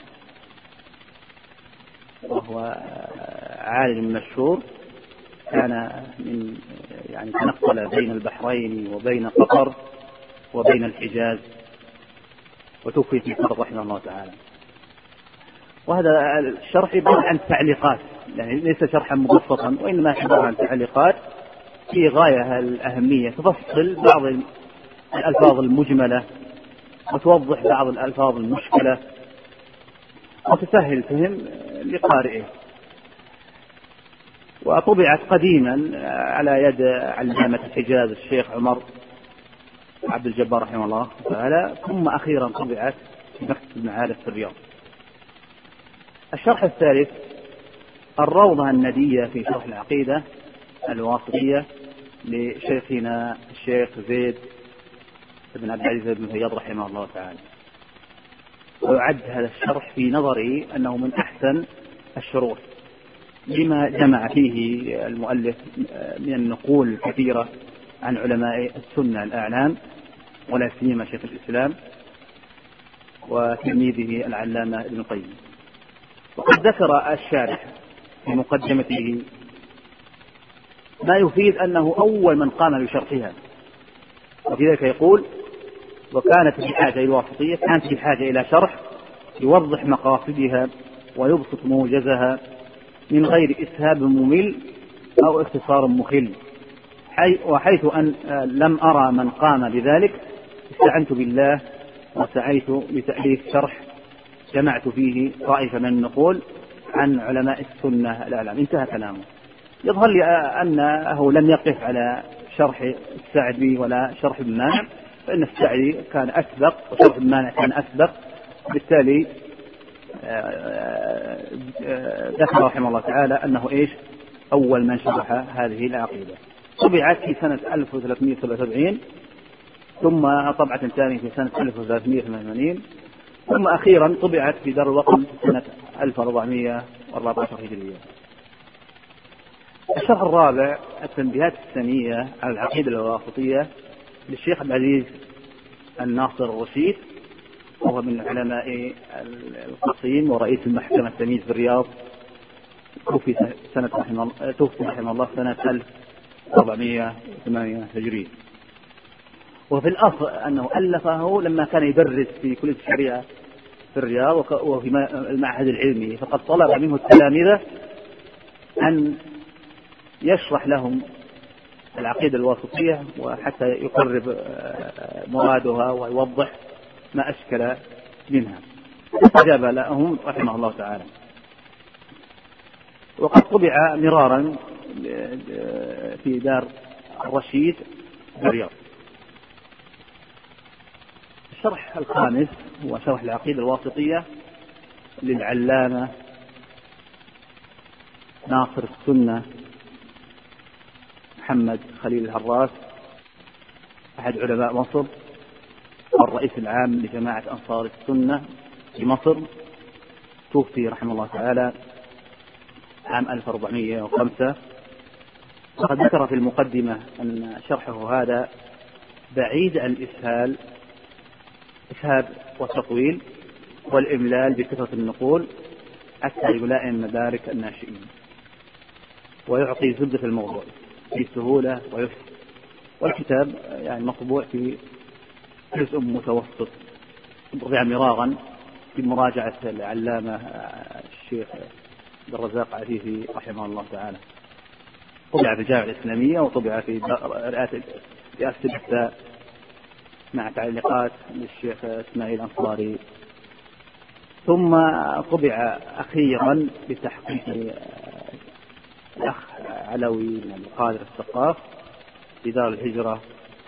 وهو عالم مشهور، كان من يعني تنقل بين البحرين وبين قطر وبين الحجاز، وتوفي في قطر رحمه الله تعالى. وهذا الشرح عبارة عن تعليقات، يعني ليس شرحا مبسطا، وإنما عبارة عن تعليقات في غاية الأهمية، تفصل بعض الألفاظ المجملة وتوضح بعض الألفاظ المشكلة وتسهل فهم لقارئه. وطبعت قديما على يد علامة الحجاز الشيخ عمر عبد الجبار رحمه الله تعالى، ثم أخيرا طبعت في مكتبة المعارف في الرياض. الشرح الثالث الروضة الندية في شرح العقيدة الواسطية لشيخنا الشيخ زيد بن عبد العزيز بن فياض رحمه الله تعالى. ويعد هذا الشرح في نظري أنه من أحسن الشروح لما جمع فيه المؤلف من النقول الكثيرة عن علماء السنة الأعلام، ولا سيما شيخ الإسلام وتلميذه العلامة ابن القيم. وقد ذكر الشارح في مقدمته ما يفيد أنه أول من قام بشرحها، وفي ذلك يقول: وكانت بحاجة الواسطية كانت بحاجة إلى شرح يوضح مقاصدها ويبسط موجزها من غير إسهاب ممل أو اختصار مخل، وحيث أن لم أرى من قام بذلك استعنت بالله وسعيت لتأليف شرح جمعت فيه طائفة من النقول عن علماء السنة الأعلام. انتهى كلامه. يظهر لي أنه لم يقف على شرح السعدي ولا شرح ابن مانع، فإن السعدي كان أسبق وشرح ابن مانع كان أسبق، بالتالي ذكر رحمه الله تعالى أنه أول من شرح هذه العقيدة. طبعت في سنة 1377، ثم طبعة ثانية في سنة 1388، ثم أخيرا طبعت في دار الوطن في سنة 1414 هجرية. الشرح الرابع التنبيهات السنية على العقيدة الواسطية للشيخ عبد العزيز الناصر الرشيد، وهو من علماء القصيم ورئيس المحكمة التمييز في الرياض، توفي رحمه الله سنة 1408 هجرية. وفي الأصل أنه ألفه لما كان يدرس في كلية الشريعة في الرياض وفي المعهد العلمي، فقد طلب منه التلاميذة أن يشرح لهم العقيدة الواسطية وحتى يقرب مرادها ويوضح ما أشكل منها، فاستجاب لهم رحمه الله تعالى. وقد طبع مرارا في دار الرشيد في الرياض. الشرح الخامس هو شرح العقيدة الواسطية للعلامة ناصر السنة محمد خليل الهراس، أحد علماء مصر والرئيس العام لجماعة أنصار السنة في مصر، توفي رحمه الله تعالى عام 1405. وقد ذكر في المقدمة أن شرحه هذا بعيد عن الإسهاب والتطويل والإملال بكثرة النقول حتى يلائم مدارك الناشئين، ويعطي زبدة الموضوع في سهولة ويسر. والكتاب يعني مطبوع في جزء متوسط، طبع مرارا بمراجعة العلامة الشيخ عبد الرزاق عفيفي رحمه الله تعالى. طبع في الجامعة الإسلامية وطبع في رئاسة الإفتاء مع تعليقات للشيخ إسماعيل الأنصاري، ثم طبع أخيرا بتحقيق الأخ علوي بن القادر الثقاف في دار الهجرة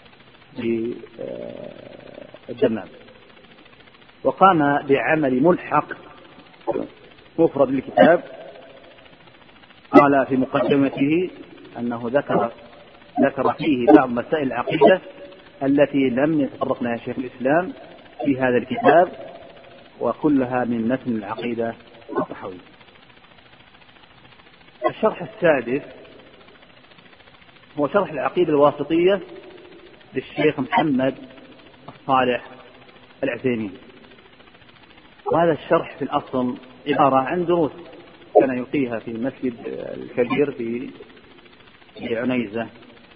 بالدمام. وقام بعمل ملحق مفرد للكتاب، قال في مقدمته أنه ذكر فيه بعض مسائل العقيدة التي لم يتطرق لها شيخ الإسلام في هذا الكتاب، وكلها من متن العقيدة الطحاوية. الشرح السادس هو شرح العقيدة الواسطية للشيخ محمد الصالح العثيمين. وهذا الشرح في الأصل عبارة عن دروس كان يلقيها في المسجد الكبير في عنيزة.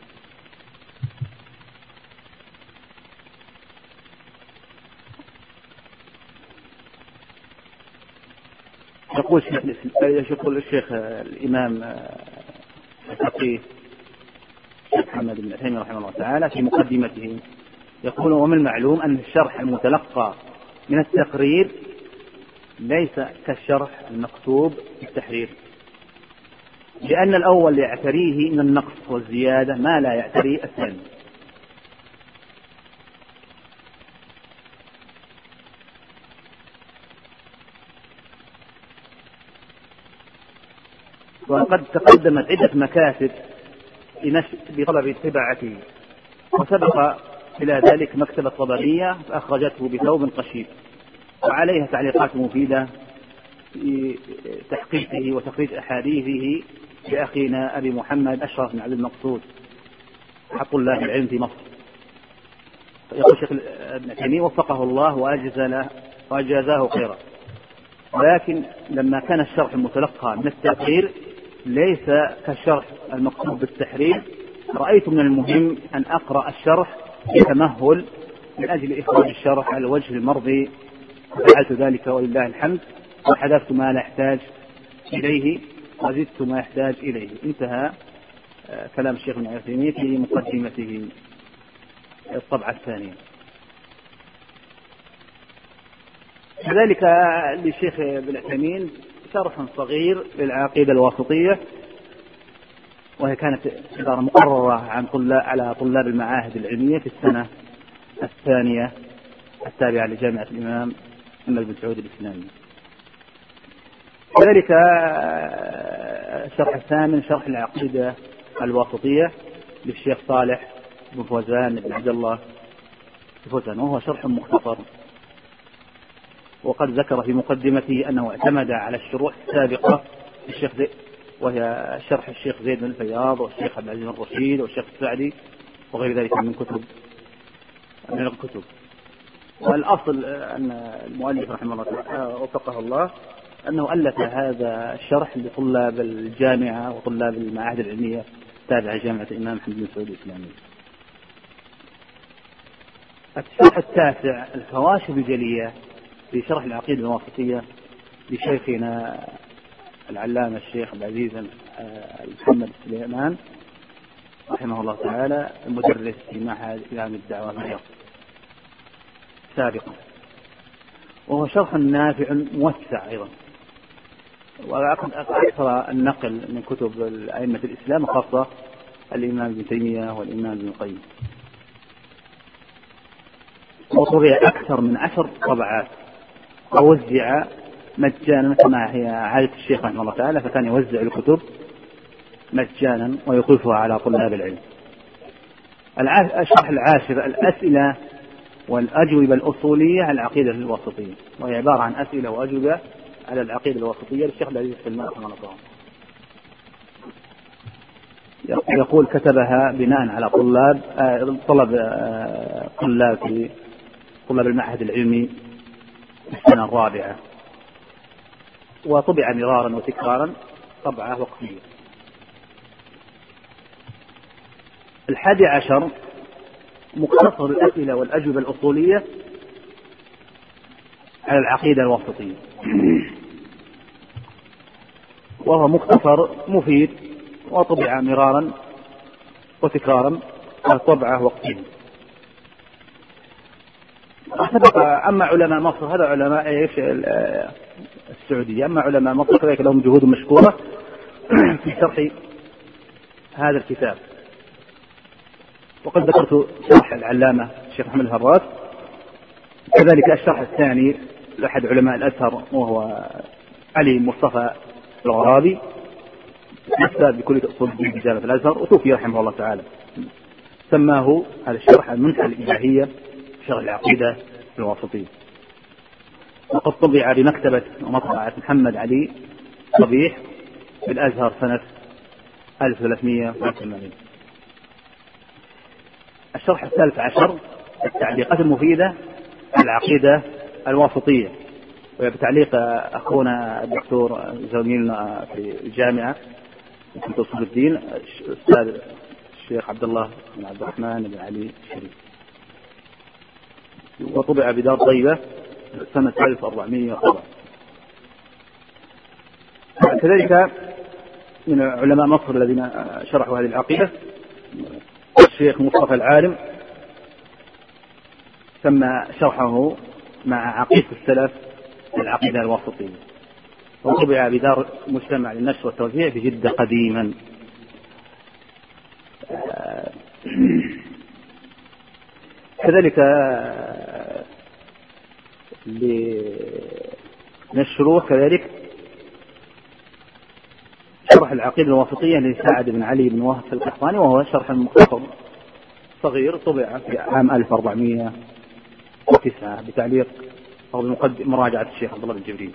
يقول الشيخ الإمام الفقيه الشيخ محمد بن عثيمين رحمه الله تعالى في مقدمته، يقول: ومن المعلوم أن الشرح المتلقى من التقرير ليس كالشرح المكتوب في التحرير، لأن الأول يعتريه من النقص والزيادة ما لا يعتريه الثاني. وقد تقدمت عدة مكاتب بطلب طباعته، وسبق إلى ذلك مكتبة طبرية أخرجته بثوب قشير، وعليها تعليقات مفيدة في تحقيقه وتخريج أحاديثه لأخينا أبي محمد أشرف بن عبد المقصود حق الله العلم في مصر. يقول الشيخ ابن تيمية وفقه الله وأجازاه خيرا، ولكن لما كان الشرح المتلقى من التأخير ليس كالشرح المقصود بالتحرير، رأيت من المهم أن أقرأ الشرح بتمهل من أجل إخراج الشرح على الوجه المرضي، فعلت ذلك ولله الحمد، وحذفت ما لا يحتاج إليه وزدت ما يحتاج إليه. انتهى كلام الشيخ ابن عثيمين في مقدمته الطبعة الثانية. كذلك للشيخ ابن عثيمين شرح صغير للعقيدة الواسطية، وهي كانت عبارة مقررة على طلاب المعاهد العلمية في السنة الثانية التابعة لجامعة الإمام محمد بن سعود الإسلامي. كذلك الشرح الثامن شرح العقيدة الواسطية للشيخ صالح بن فوزان بن عبد الله فوزان، وهو شرح مختصر، وقد ذكر في مقدمته أنه اعتمد على الشروح السابقة للشيخ وهي شرح الشيخ زيد بن الفياض والشيخ عبد العزيز بن رشيد والشيخ السعدي وغير ذلك من الكتب. والأصل أن المؤلف رحمه الله تعالى وفقه الله أنه ألف هذا الشرح لطلاب الجامعة وطلاب المعاهد العلمية تابعة جامعة الإمام محمد بن سعود الإسلامي. الشرح التاسع الكواشف الجلية في شرح العقيدة الواسطية لشيخنا العلامة الشيخ عبد العزيز محمد سليمان رحمه الله تعالى، المدرس في معهد إمام الدعوة الرياض سابقا، وهو شرح نافع موسع أيضا، وأكثر النقل من كتب أئمة الإسلام خاصة الإمام ابن تيمية والإمام ابن القيم، وطبع أكثر من 10 طبعات، ووزع مجانا كما هي عادة الشيخ رحمه الله تعالى، فكان يوزع الكتب مجانا ويطيفها على طلاب العلم. الشرح العاشر الأسئلة والأجوبة الأصولية على العقيدة الواسطية، وهي عبارة عن أسئلة وأجوبة على العقيدة الواسطية للشيخ عبد العزيز سلمان رحمه الله تعالى. يقول كتبها بناء على طلاب المعهد العلمي السنة الرابعة، وطبع مرارا وتكرارا طبعة وقفية. 11 مختصر الأسئلة والأجوبة الأصولية على العقيدة الواسطية، وهو مختصر مفيد وطبع مرارا وتكرارا طبعة وقفية. أما علماء مصر هذا علماء السعودية، أما علماء مصر كذلك لهم جهود مشكورة في شرح هذا الكتاب. وقد ذكرت شرح العلامة الشيخ محمد الهراس، كذلك الشرح الثاني لأحد علماء الأزهر وهو علي مصطفى الغرابي، أستاذ بكلية أصول الدين بجامعة الأزهر، وتوفي رحمه الله تعالى. سماه هذا الشرح المنحة الإلهية شرح العقيدة الواسطية، وقد طبع بمكتبة ومطبعة محمد علي صبيح في الأزهر سنة 1380. الشرح 13 التعليقات المفيدة على العقيدة الواسطية، وبتعليق أخونا الدكتور زميلنا في الجامعة في أصول الدين الأستاذ الشيخ عبد الله بن عبد الرحمن بن علي الشريف، وطبع بدار طيبة سنة 1407. كذلك من علماء مصر الذين شرحوا هذه العقيدة الشيخ مصطفى العالم، سمى شرحه مع عقيدة السلف العقيدة الواسطية. وطبع بدار مجتمع للنشر والتوزيع بجدة قديما. كذلك لنشره كذلك شرح العقيدة الواسطية لسعد بن علي بن وهب القحطاني، وهو شرح مختصر صغير طبع في عام 1409 بتعليق أو بمراجعة الشيخ عبد الله بن جبريل.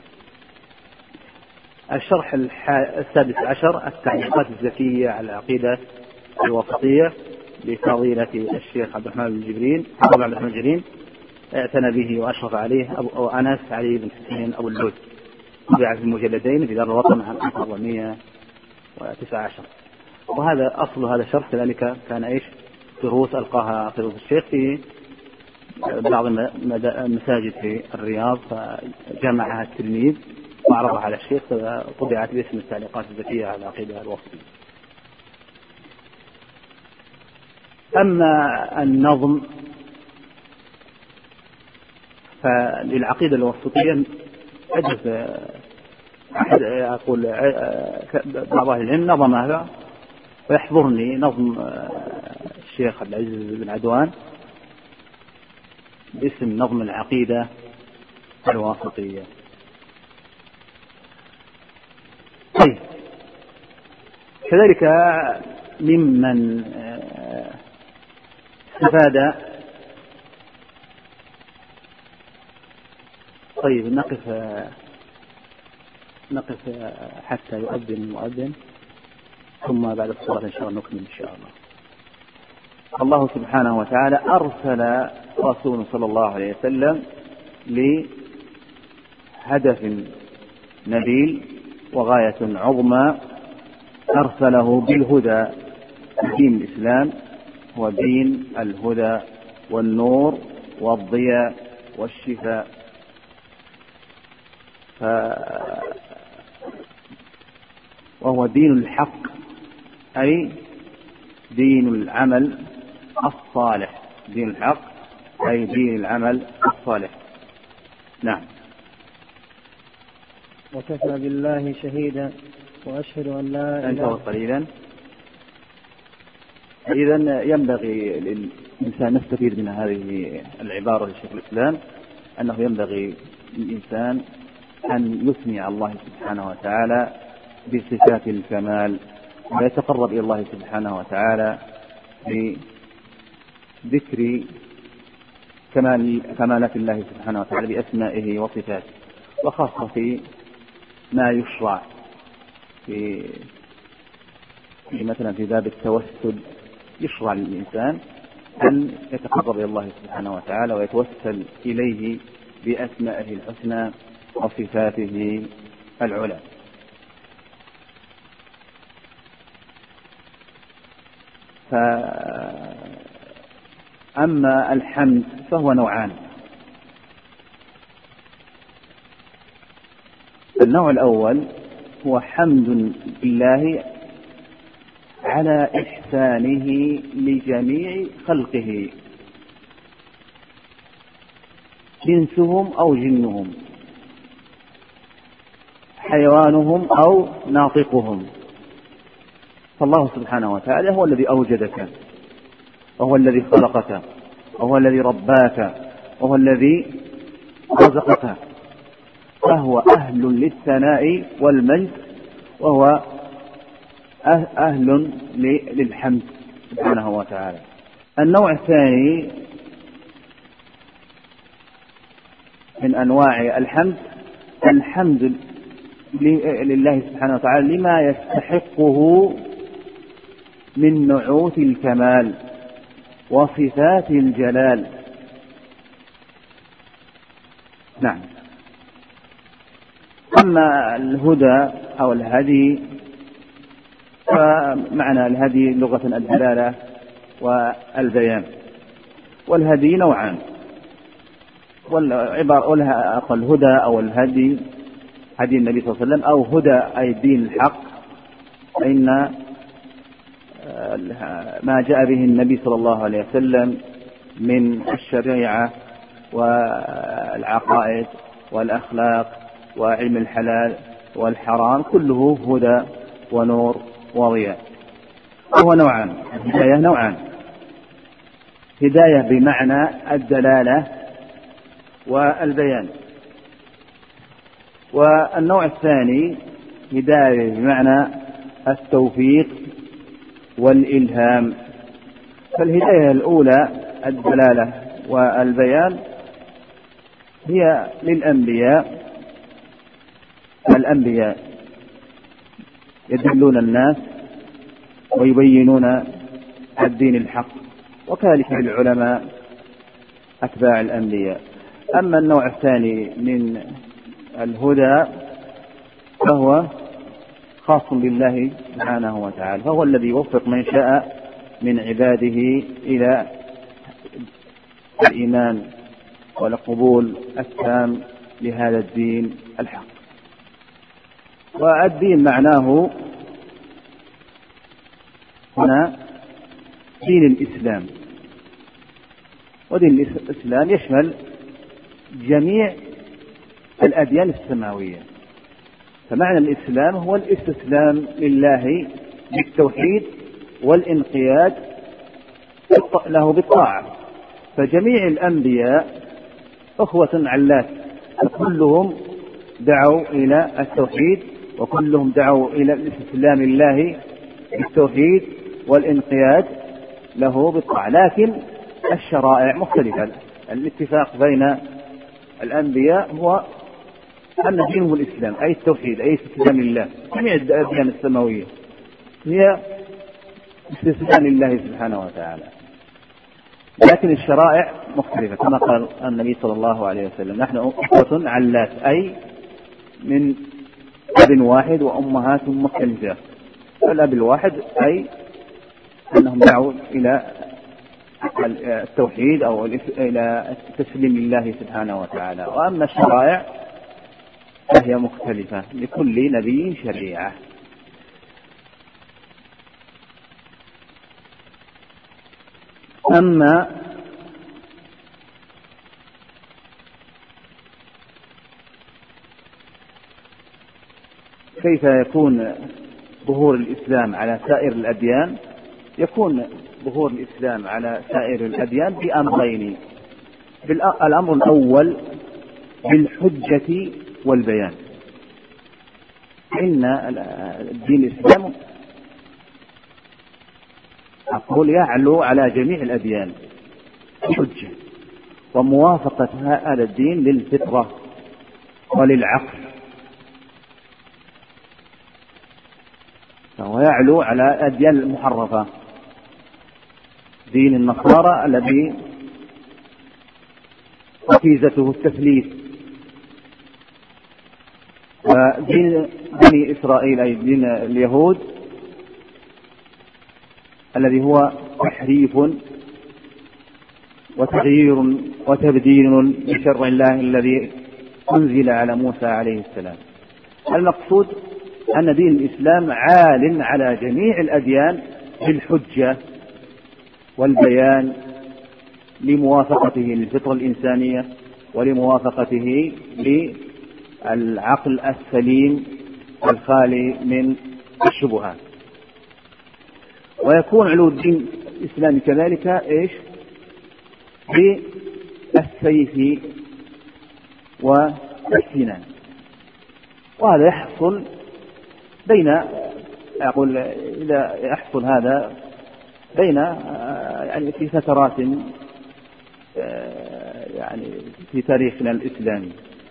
الشرح السادس عشر التعليقات الزكية على العقيدة الواسطية لفضيلة الشيخ عبد الرحمن بن جبريل اعتنى به وأشرف عليه أبو أنس علي بن حسين أبو اللوز، طبع في المجلدين في دار الوطن عام 1419. وهذا أصل هذا الشرح كذلك كان دروس ألقاها فضيلة الشيخ في بعض المساجد في الرياض، فجمعها التلميذ وعرضها على الشيخ، فطبعت باسم التعليقات الزكية على العقيدة الواسطية. أما النظم فللعقيدة الواسطية أجد أحد أقول بعض أهل العلم نظم هذا، ويحضرني نظم الشيخ عبد العزيز بن عدوان باسم نظم العقيدة الواسطية. طيب، كذلك ممن استفاد. طيب نقف حتى يؤذن المؤذن، ثم بعد الصلاة إن شاء الله نكمل إن شاء الله. الله سبحانه وتعالى أرسل رسول صلى الله عليه وسلم لهدف نبيل وغاية عظمى، أرسله بالهدى. دين الإسلام هو دين الهدى والنور والضياء والشفاء، وهو دين الحق، أي دين العمل الصالح. دين الحق أي دين العمل الصالح. نعم. وكفى بالله شهيدا وأشهد أن لا إله قليلا. إذن ينبغي للإنسان نستفيد من هذه العبارة لشيخ الإسلام أنه ينبغي للإنسان أن يثني على الله سبحانه وتعالى بصفات الكمال، ويتقرب إلى الله سبحانه وتعالى بذكر كمالات الله سبحانه وتعالى بأسمائه وصفاته، وخاصة في ما يشرع في مثلا في باب التوسل، يشرع للإنسان أن يتقرب إلى الله سبحانه وتعالى ويتوسل إليه بأسمائه الحسنى وصفاته العلى. أما الحمد فهو نوعان. النوع الأول هو حمد الله على إحسانه لجميع خلقه، جنسهم أو جنهم، حيوانهم أو ناطقهم. فالله سبحانه وتعالى هو الذي أوجدك، وهو الذي خلقك، وهو الذي رباك، وهو الذي رزقك، فهو أهل للثناء والمجد، وهو أهل للحمد سبحانه وتعالى. النوع الثاني من أنواع الحمد لله سبحانه وتعالى لما يستحقه من نعوت الكمال وصفات الجلال. نعم. أما الهدى أو الهدي، فمعنى الهدي لغة الدلالة والبيان، والهدي نوعان، والعبارة الهدى أو الهدي هدي النبي صلى الله عليه وسلم، أو هدى أي دين الحق، فإن ما جاء به النبي صلى الله عليه وسلم من الشريعة والعقائد والأخلاق وعلم الحلال والحرام كله هدى ونور وضياء. وهو نوعان، الهداية نوعان: هداية بمعنى الدلالة والبيان، والنوع الثاني هداية بمعنى التوفيق والإلهام. فالهداية الأولى الدلالة والبيان هي للأنبياء. الأنبياء يدلون الناس ويبينون الدين الحق، وكذلك للعلماء أتباع الأنبياء. أما النوع الثاني من الهدى فهو خاص بالله سبحانه وتعالى، فهو الذي يوفق من شاء من عباده إلى الإيمان والقبول التام لهذا الدين الحق. والدين معناه هنا دين الإسلام، ودين الإسلام يشمل جميع الأديان السماوية. فمعنى الإسلام هو الاستسلام لله بالتوحيد والانقياد له بالطاعة. فجميع الأنبياء أخوة علات، فكلهم دعوا إلى التوحيد، وكلهم دعوا إلى الاستسلام لله بالتوحيد والانقياد له بالطاعة، لكن الشرائع مختلفة. الاتفاق بين الأنبياء هو أن دينه الإسلام، أي التوحيد، أي استسلام لله. جميع الأديان السماوية هي استسلام لله سبحانه وتعالى، لكن الشرائع مختلفة كما قال النبي صلى الله عليه وسلم: نحن أخوة علات، أي من أب واحد وأمهات مختلفة. الأب الواحد أي أنهم دعوا إلى التوحيد أو إلى التسليم لله سبحانه وتعالى. وأما الشرائع فهي مختلفة، لكل نبي شريعة. أما كيف يكون ظهور الإسلام على سائر الأديان؟ يكون ظهور الإسلام على سائر الأديان بأمرين: الأمر الأول بالحجة والبيان. إن الدين الإسلام أقول يعلو على جميع الأديان حجة وموافقة هذا الدين للفطرة وللعقل، فهو يعلو على الأديان المحرفة. دين النصارى الذي ركيزته التثليث، ودين بني إسرائيل أي دين اليهود الذي هو تحريف وتغيير وتبديل لشرع الله الذي أنزل على موسى عليه السلام. المقصود أن دين الإسلام عال على جميع الأديان بالحجة والبيان لموافقته للفطرة الإنسانية ولموافقته للعقل السليم الخالي من الشبهات. ويكون علو الدين الإسلامي كذلك بالسيف والسنان، وهذا يحصل إذا يحصل هذا بين يعني في فترات يعني في تاريخنا الإسلامي.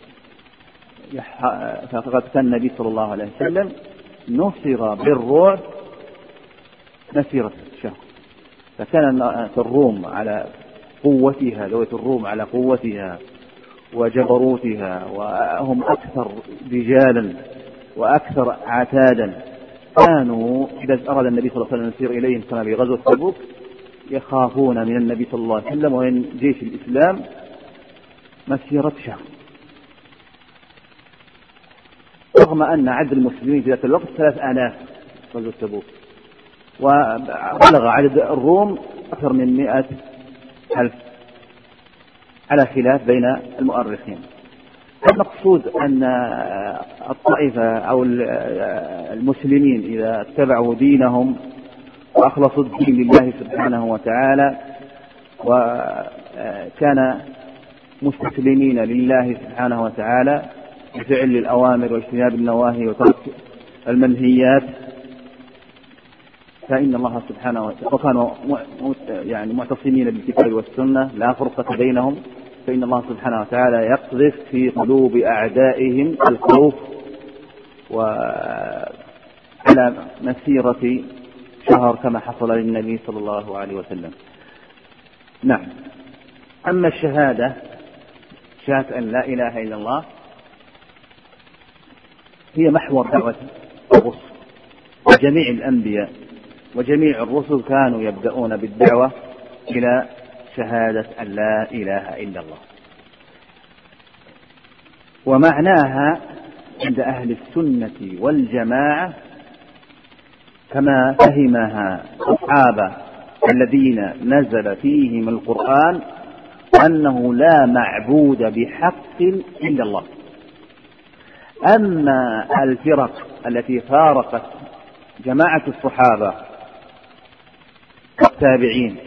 فقد كان النبي صلى الله عليه وسلم نصر بالرعب مسيرة شهر، فكان الروم على قوتها، دولة الروم على قوتها وجبروتها، وهم أكثر رجالا وأكثر عتادا. كانوا إذا أراد النبي صلى الله عليه وسلم يسير إليهم كما بغزوة تبوك يخافون من النبي صلى الله عليه وسلم ومن جيش الإسلام مسيرة شهر، رغم أن عدد المسلمين في ذات الوقت 3000 غزوة تبوك، وبلغ عدد الروم أكثر من 100,000 على خلاف بين المؤرخين. المقصود أن الطائفة أو المسلمين إذا اتبعوا دينهم وأخلصوا الدين لله سبحانه وتعالى وكان مستسلمين لله سبحانه وتعالى بفعل الأوامر واجتناب النواهي وترك المنهيات، فإن الله سبحانه وتعالى وكانوا يعني معتصمين بالكتاب والسنة لا فرقة بينهم، فإن الله سبحانه وتعالى يقذف في قلوب أعدائهم الخوف وعلى مسيرة شهر كما حصل للنبي صلى الله عليه وسلم. نعم. أما الشهادة أن لا إله إلا الله هي محور دعوة الرسل، وجميع الأنبياء وجميع الرسل كانوا يبدأون بالدعوة إلى شهادة أن لا إله إلا الله. ومعناها عند أهل السنة والجماعة كما فهمها أصحاب الذين نزل فيهم القرآن أنه لا معبود بحق إلا الله. أما الفرق التي فارقت جماعة الصحابة والتابعين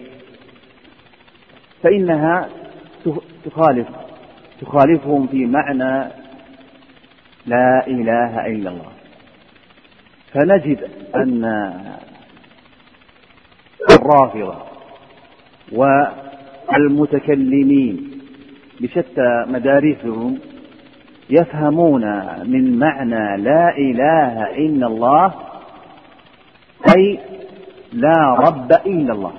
فإنها تخالفهم في معنى لا إله إلا الله، فنجد أن الرافضة والمتكلمين بشتى مدارسهم يفهمون من معنى لا إله إلا الله أي لا رب إلا الله.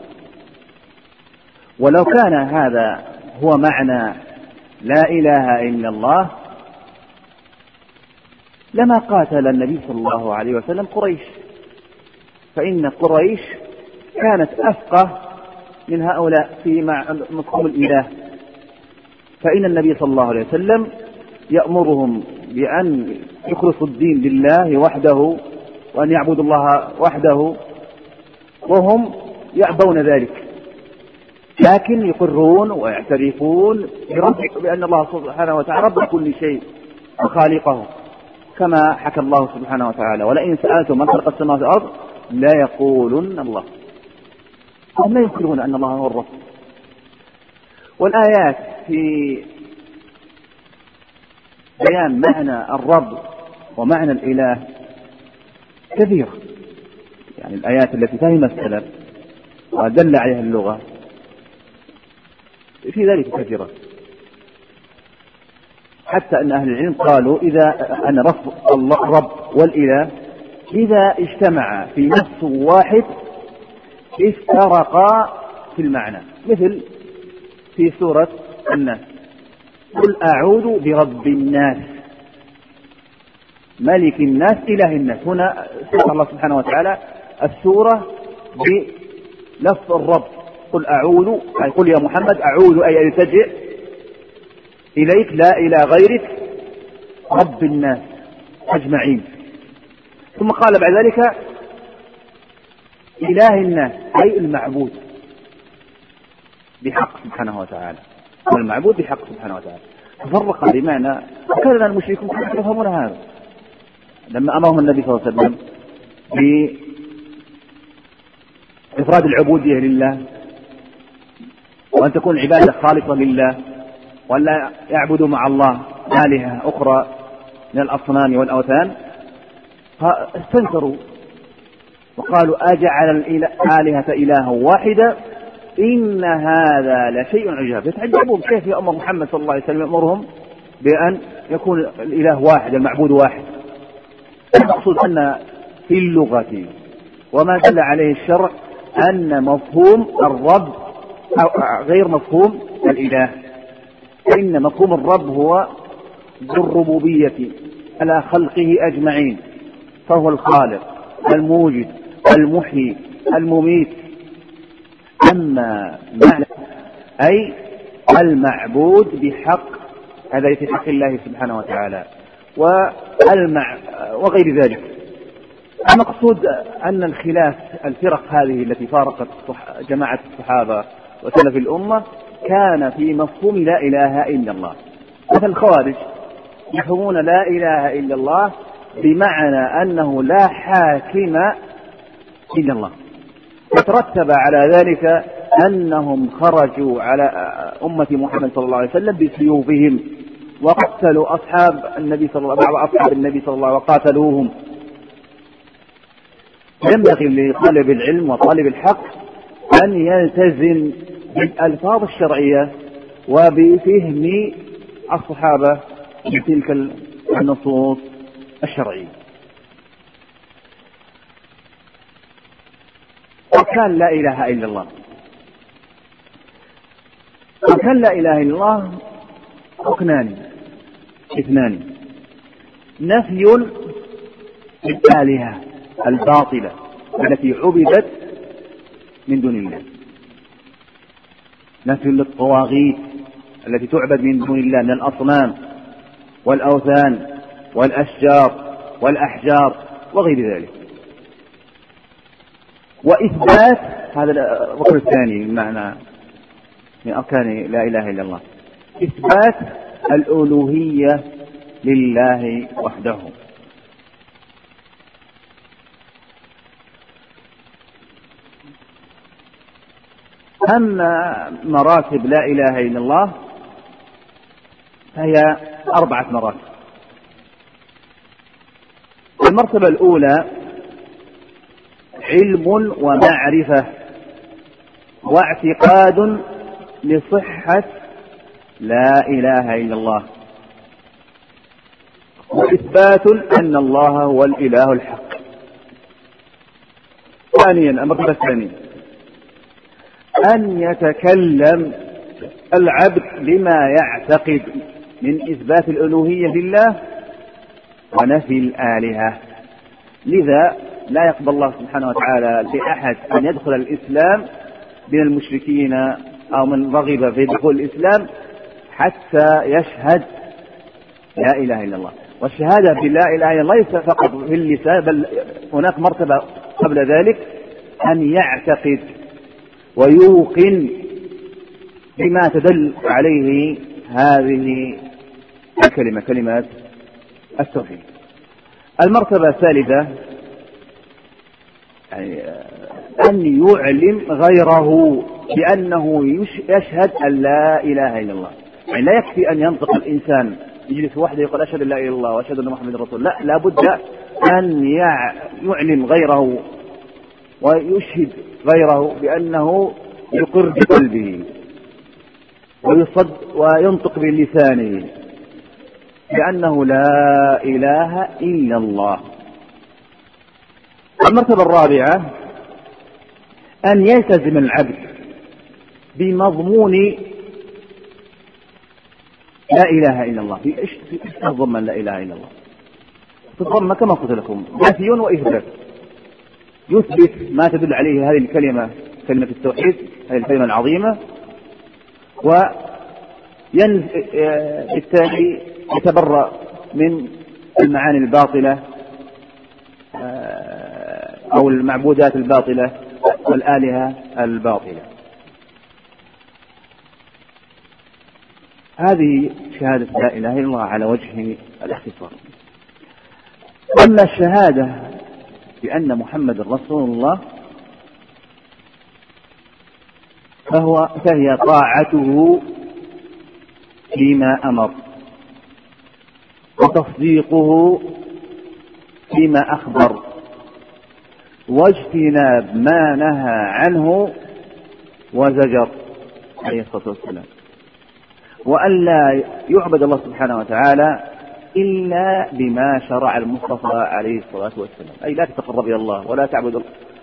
ولو كان هذا هو معنى لا إله إلا الله لما قاتل النبي صلى الله عليه وسلم قريش، فإن قريش كانت أفقه من هؤلاء في مفهوم الإله، فإن النبي صلى الله عليه وسلم يأمرهم بأن يخلصوا الدين لله وحده وأن يعبدوا الله وحده، وهم يأبون ذلك، لكن يقرون ويعترفون بأن الله سبحانه وتعالى رب كل شيء وخالقه، كما حكى الله سبحانه وتعالى: ولئن سألتم من خلق السماوات والأرض لا يقولن الله. هم لا ينكرون أن الله هو الرب. والآيات في بيان معنى الرب ومعنى الإله كثيرة، يعني الآيات التي فهم السلف ودل عليها اللغة في ذلك كثيرة، حتى أن أهل العلم قالوا إذا أن الرب والإله إذا اجتمع في نص واحد افترقا في المعنى، مثل في سورة الناس: قل أعوذ برب الناس ملك الناس إله الناس. هنا سبحان الله سبحانه وتعالى السورة بلفظ الرب: قل أعوذ، أي قل يا محمد أعوذ أي ألتجئ إليك لا إلى غيرك رب الناس أجمعين. ثم قال بعد ذلك إله الناس أي المعبود بحق سبحانه وتعالى، والمعبود بحق سبحانه وتعالى. تفرق بمعنى، وكان المشركون يفهمون هذا لما أمرهم النبي صلى الله عليه وسلم بإفراد العبودية لله، وأن تكون العبادة خالصة لله، وأن لا يعبدوا مع الله آلهة أخرى من الأصنام والأوثان، فاستنكروا وقالوا: أجعل الآلهة إلها واحدة إن هذا لشيء عجاب. يتعجبون كيف يأمر محمد صلى الله عليه وسلم يأمرهم بأن يكون الإله واحد، المعبود واحد. المقصود أن في اللغة وما دل عليه الشرع أن مفهوم الرب غير مفهوم الإله، فإن مفهوم الرب هو ذو الربوبية على خلقه أجمعين، فهو الخالق الموجد المحيي المميت. أما معنى أي المعبود بحق، هذا في حق الله سبحانه وتعالى وغير ذلك. المقصود أن الخلاف الفرق هذه التي فارقت جماعة الصحابة وسلف الأمة كان في مفهوم لا إله إلا الله. مثل الخوارج يفهمون لا إله إلا الله بمعنى أنه لا حاكم إلا الله، وترتب على ذلك أنهم خرجوا على أمة محمد صلى الله عليه وسلم بسيوفهم وقتلوا أصحاب النبي صلى الله عليه وسلم وقاتلوهم. ينبغي لطالب العلم وطالب الحق أن يلتزم بالألفاظ الشرعية وبفهم الصحابة بتلك النصوص الشرعية. وكان لا إله إلا الله، وكان لا إله إلا الله ركنان اثنان: نفي الآلهة الباطلة التي عبدت من دون الله، نفي للطواغيت التي تعبد من دون الله من الأصنام والأوثان والأشجار والأحجار وغير ذلك، وإثبات هذا الركن الثاني من معنى من أركان لا إله إلا الله، إثبات الألوهية لله وحده. أما مراتب لا إله إلا الله فهي 4 مراتب. المرتبة الأولى علم ومعرفة واعتقاد لصحة لا إله إلا الله، وإثبات أن الله هو الإله الحق. ثانيا المرتبة الثانية أن يتكلم العبد بما يعتقد من إثبات الألوهية لله ونفي الآلهة، لذا لا يقبل الله سبحانه وتعالى لأحد أن يدخل الإسلام من المشركين أو من رغب في دخول الإسلام حتى يشهد لا إله إلا الله. والشهادة بلا إله إلا الله ليس فقط في اللسان، بل هناك مرتبة قبل ذلك أن يعتقد ويوقن بما تدل عليه هذه الكلمة، كلمات التوحيد. المرتبة الثالثة أن يعلم غيره بأنه يشهد أن لا إله إلا الله. يعني لا يكفي أن ينطق الإنسان يجلس وحده يقول أشهد أن لا إله إلا الله وأشهد أن محمد رسول الله، لا بد أن يعلم غيره ويشهد غيره بأنه يقر بقلبه وينطق بلسانه بأنه لا إله إلا الله. المرتبة الرابعة أن يلتزم العبد بمضمون لا إله إلا الله. إيش تضمن لا إله إلا الله؟ تضمن كما قلت لكم نفي وإثبات، يثبت ما تدل عليه هذه الكلمة، كلمة التوحيد، هذه الكلمة العظيمة، وبالتالي يتبرأ من المعاني الباطلة أو المعبودات الباطلة والآلهة الباطلة. هذه شهادة لا إله إلا الله على وجه الاختصار. أما الشهادة بأن محمد رسول الله فهي طاعته فيما أمر وتصديقه فيما أخبر واجتناب ما نهى عنه وزجر عليه الصلاة والسلام، وأن لا يعبد الله سبحانه وتعالى إلا بما شرع المصطفى عليه الصلاة والسلام، أي لا تتقرب إلى الله ولا تعبد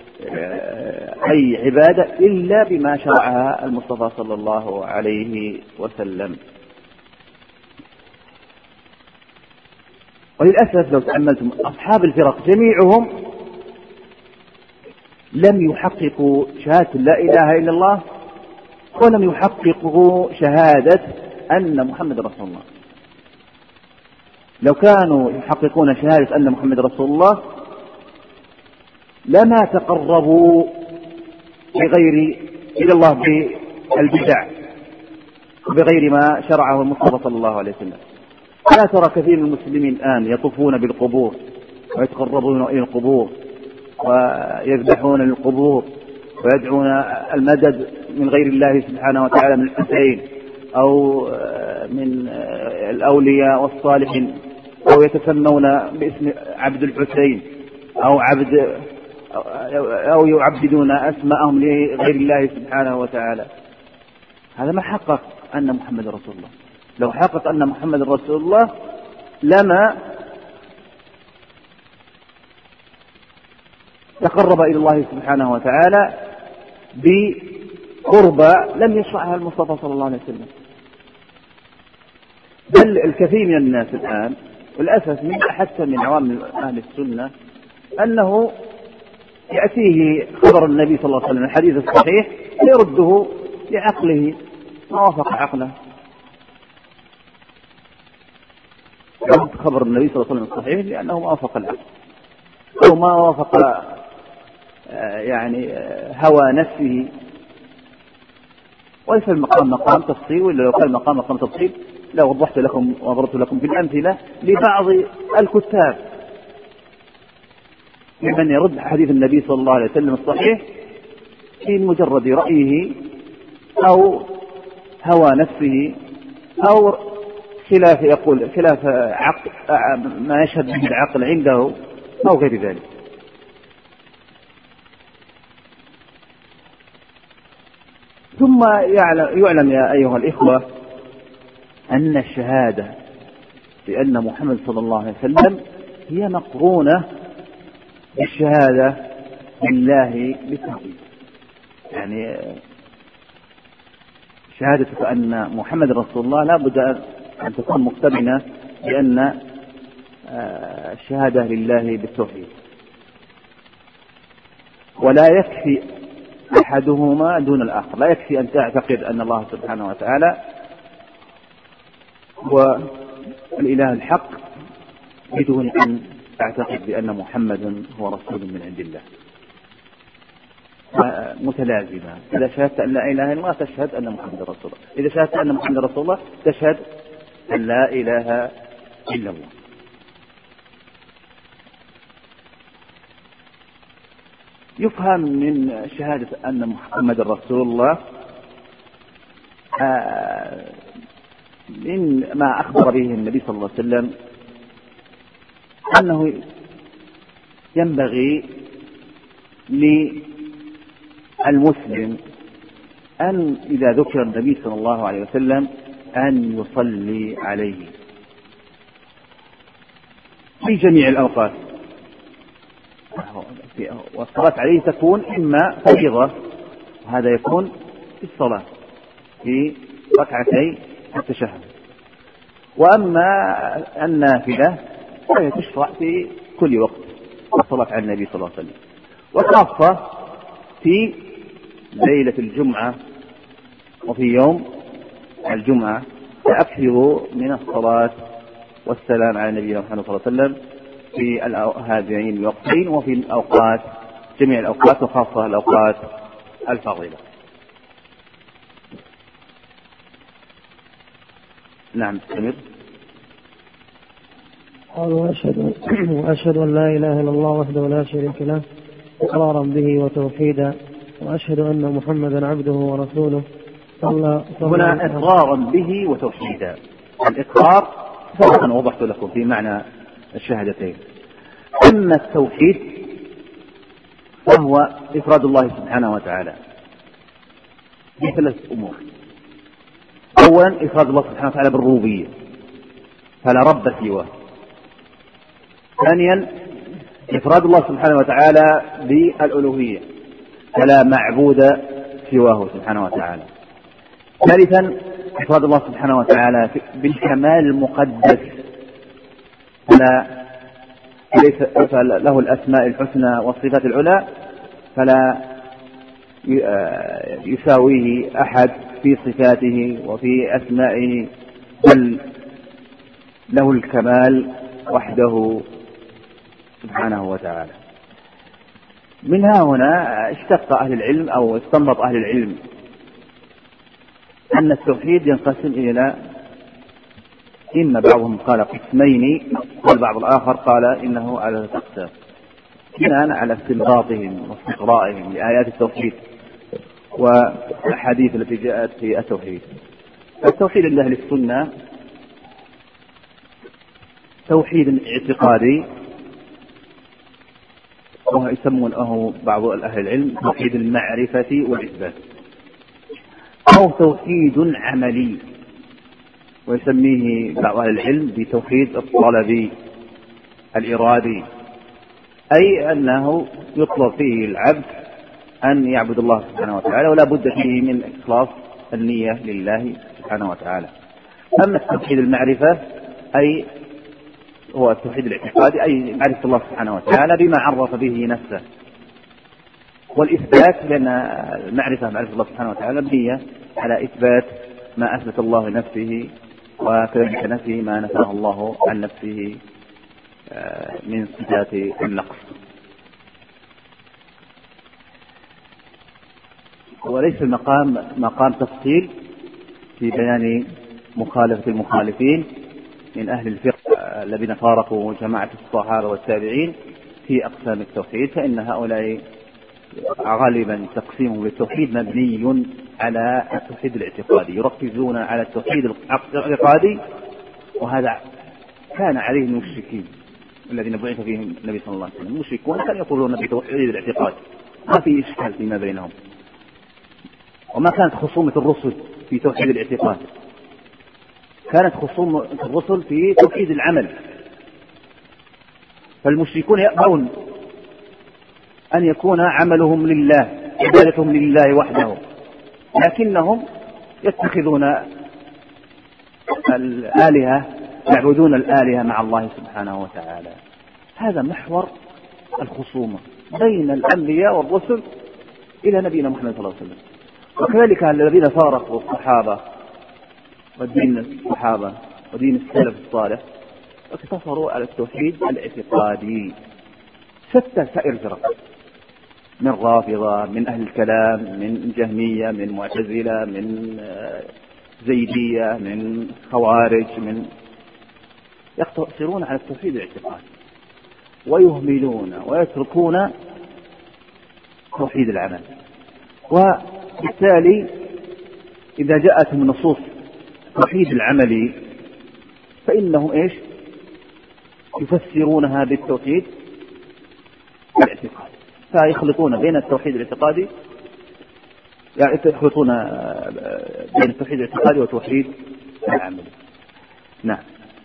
أي عبادة إلا بما شرعها المصطفى صلى الله عليه وسلم. وللأسف لو تأملتم أصحاب الفرق جميعهم لم يحققوا شهادة لا إله إلا الله ولم يحققوا شهادة أن محمد رسول الله. لو كانوا يحققون شهادة أن محمد رسول الله لما تقربوا إلى الله بالبدع وبغير ما شرعه المصطفى صلى الله عليه وسلم، لا ترى كثير من المسلمين الآن يطوفون بالقبور ويتقربون إلى القبور ويذبحون للقبور ويدعون المدد من غير الله سبحانه وتعالى، من الحسين أو من الأولياء والصالحين، أو يتسمون باسم عبد الحسين أو يعبدون أسماءهم لغير الله سبحانه وتعالى. هذا ما حقق أن محمد رسول الله. لو حقق أن محمد رسول الله لما تقرب إلى الله سبحانه وتعالى بقربة لم يشرعها المصطفى صلى الله عليه وسلم. بل الكثير من الناس الآن والأسف حتى من عوام أهل السنة أنه يأتيه خبر النبي صلى الله عليه وسلم الحديث الصحيح يرده لعقله ما وافق عقله. يرد خبر النبي صلى الله عليه وسلم الصحيح لأنه ما وافق العقل أو ما وافق يعني هوى نفسه. وليس المقام مقام تفصيل، وإلا لو كان المقام مقام تفصيل لو وضحت لكم وضربت لكم في الأمثلة لبعض الكتاب ممن يرد حديث النبي صلى الله عليه وسلم الصحيح في مجرد رأيه أو هوى نفسه أو خلاف عقل ما يشهد به العقل عنده أو غير ذلك. ثم يعلم يا أيها الإخوة أن الشهادة بأن محمد صلى الله عليه وسلم هي مقرونة بالشهادة بالله بالتوحيد. يعني شهادة أن محمد رسول الله لا بد أن تكون مقترنة بأن الشهادة لله بالتوحيد، ولا يكفي أحدهما دون الآخر. لا يكفي أن تعتقد أن الله سبحانه وتعالى هو الإله الحق بدون أن تعتقد بأن محمدا هو رسول من عند الله. متلازمة. إذا شهدت أن لا إله إلا الله تشهد أن محمد رسول الله، إذا شهدت أن محمد رسول الله تشهد أن لا إله إلا الله. يفهم من شهادة أن محمد رسول الله من ما أخبر به النبي صلى الله عليه وسلم أنه ينبغي للمسلم أن إذا ذكر النبي صلى الله عليه وسلم أن يصلي عليه في جميع الأوقات. والصلاة عليه تكون إما فريضة، وهذا يكون في الصلاة في ركعتي التشهد، وأما النافلة فهي تشرع في كل وقت الصلاة على النبي صلى الله عليه وسلم، وخاصة في ليلة الجمعة وفي يوم الجمعة فأكثروا من الصلاة والسلام على النبي محمد صلى الله عليه وسلم في هذين الوقتين وفي الأوقات جميع الأوقات وخاصة الأوقات الفاضلة. نعم استمر. قال وأشهد أن لا إله إلا الله وحده لا شريك له إقرارا به وتوحيدا، وأشهد أن محمدا عبده ورسوله. هنا إقرارا به وتوحيدا. الإقرار سبقا وضحت لكم في معنى الشهادتين. أما التوحيد فهو إفراد الله سبحانه وتعالى بثلاث أمور. أولا إفراد الله سبحانه وتعالى بالربوبية فلا رب سواه. ثانيا إفراد الله سبحانه وتعالى بالألوهية فلا معبود سواه سبحانه وتعالى. ثالثا إفراد الله سبحانه وتعالى بالكمال المقدس ليس له الأسماء الحسنى والصفات العلى فلا يساويه أحد في صفاته وفي أسمائه، بل له الكمال وحده سبحانه وتعالى. منها هنا اشتق أهل العلم أو استنبط أهل العلم أن التوحيد ينقسم إلى إما بعضهم قال قسمين والبعض الآخر قال إنه على أقسام، بناء على استنباطهم واستقرائهم لآيات التوحيد والأحاديث التي جاءت في التوحيد. التوحيد عند أهل السنة توحيد اعتقادي، ويسمونه بعض أهل العلم توحيد المعرفة والإثبات، أو توحيد عملي ويسميه بعض أهل العلم بتوحيد الطلبي الإرادي، أي أنه يطلب فيه العبد أن يعبد الله سبحانه وتعالى ولا بد فيه من إخلاص النية لله سبحانه وتعالى. أما توحيد المعرفة أي هو التوحيد الاعتقادي، أي معرفة الله سبحانه وتعالى بما عرف به نفسه، والإثبات لأن المعرفة معرفة الله سبحانه وتعالى مبنية على إثبات ما أثبت الله لنفسه وكذلك نفيه ما نفاه الله عن نفسه من صفات النقص. وليس المقام مقام تفصيل في بيان مخالفة المخالفين من أهل الفقه الذين فارقوا جماعة الصحابة والتابعين في أقسام التوحيد، فإن هؤلاء غالبا تقسيمهم للتوحيد مبني على التوحيد الاعتقادي، يركزون على التوحيد الاعتقادي، وهذا كان عليه المشركين الذين بعث فيهم النبي صلى الله عليه وسلم. المشركون كانوا يقولون بتوحيد الاعتقاد، ما في إشكال فيما بينهم، وما كانت خصومة الرسل في توحيد الاعتقاد، كانت خصومة الرسل في توحيد العمل. فالمشركون يأبون أن يكون عملهم لله، عبادتهم لله وحده، لكنهم يتخذون الآلهة، يعبدون الآلهة مع الله سبحانه وتعالى. هذا محور الخصومة بين الأنبياء والرسل إلى نبينا محمد صلى الله عليه وسلم. وكذلك الذين فارقوا الصحابة ودين الصحابة ودين السلف الصالح اقتصروا على التوحيد الاعتقادي. ستة سائر فرق، من رافضة، من أهل الكلام، من جهمية، من معتزلة، من زيدية، من خوارج، من يقتصرون على التوحيد الاعتقادي ويهملون ويتركون توحيد العمل. وبالتالي إذا جاءتهم نصوص توحيد العملي فإنهم يفسرونها بالتوحيد الاعتقادي، فيخلطون بين التوحيد الاعتقادي، يخلطون بين التوحيد الاعتقادي وتوحيد العملي. نعم.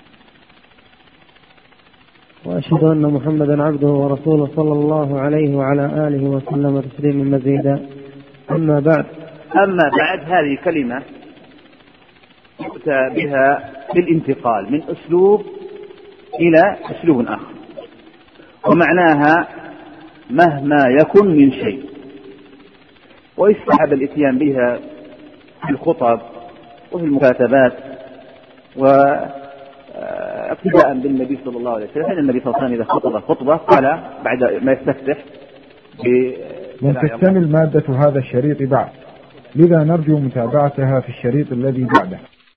وأشهد أن محمدا عبده ورسوله صلى الله عليه وعلى آله وسلم تسليما مزيدا. أما بعد هذه كلمة يؤتى بها بالانتقال من أسلوب إلى أسلوب آخر، ومعناها مهما يكن من شيء، ويستحب الاتيان بها في الخطب وفي المكاتبات، واقتداء بالنبي صلى الله عليه وسلم. النبي صلى الله عليه وسلم إذا خطب خطبة قال بعد ما يستفتح لن تكتمل مادة هذا الشريط بعد، لذا نرجو متابعتها في الشريط الذي بعده.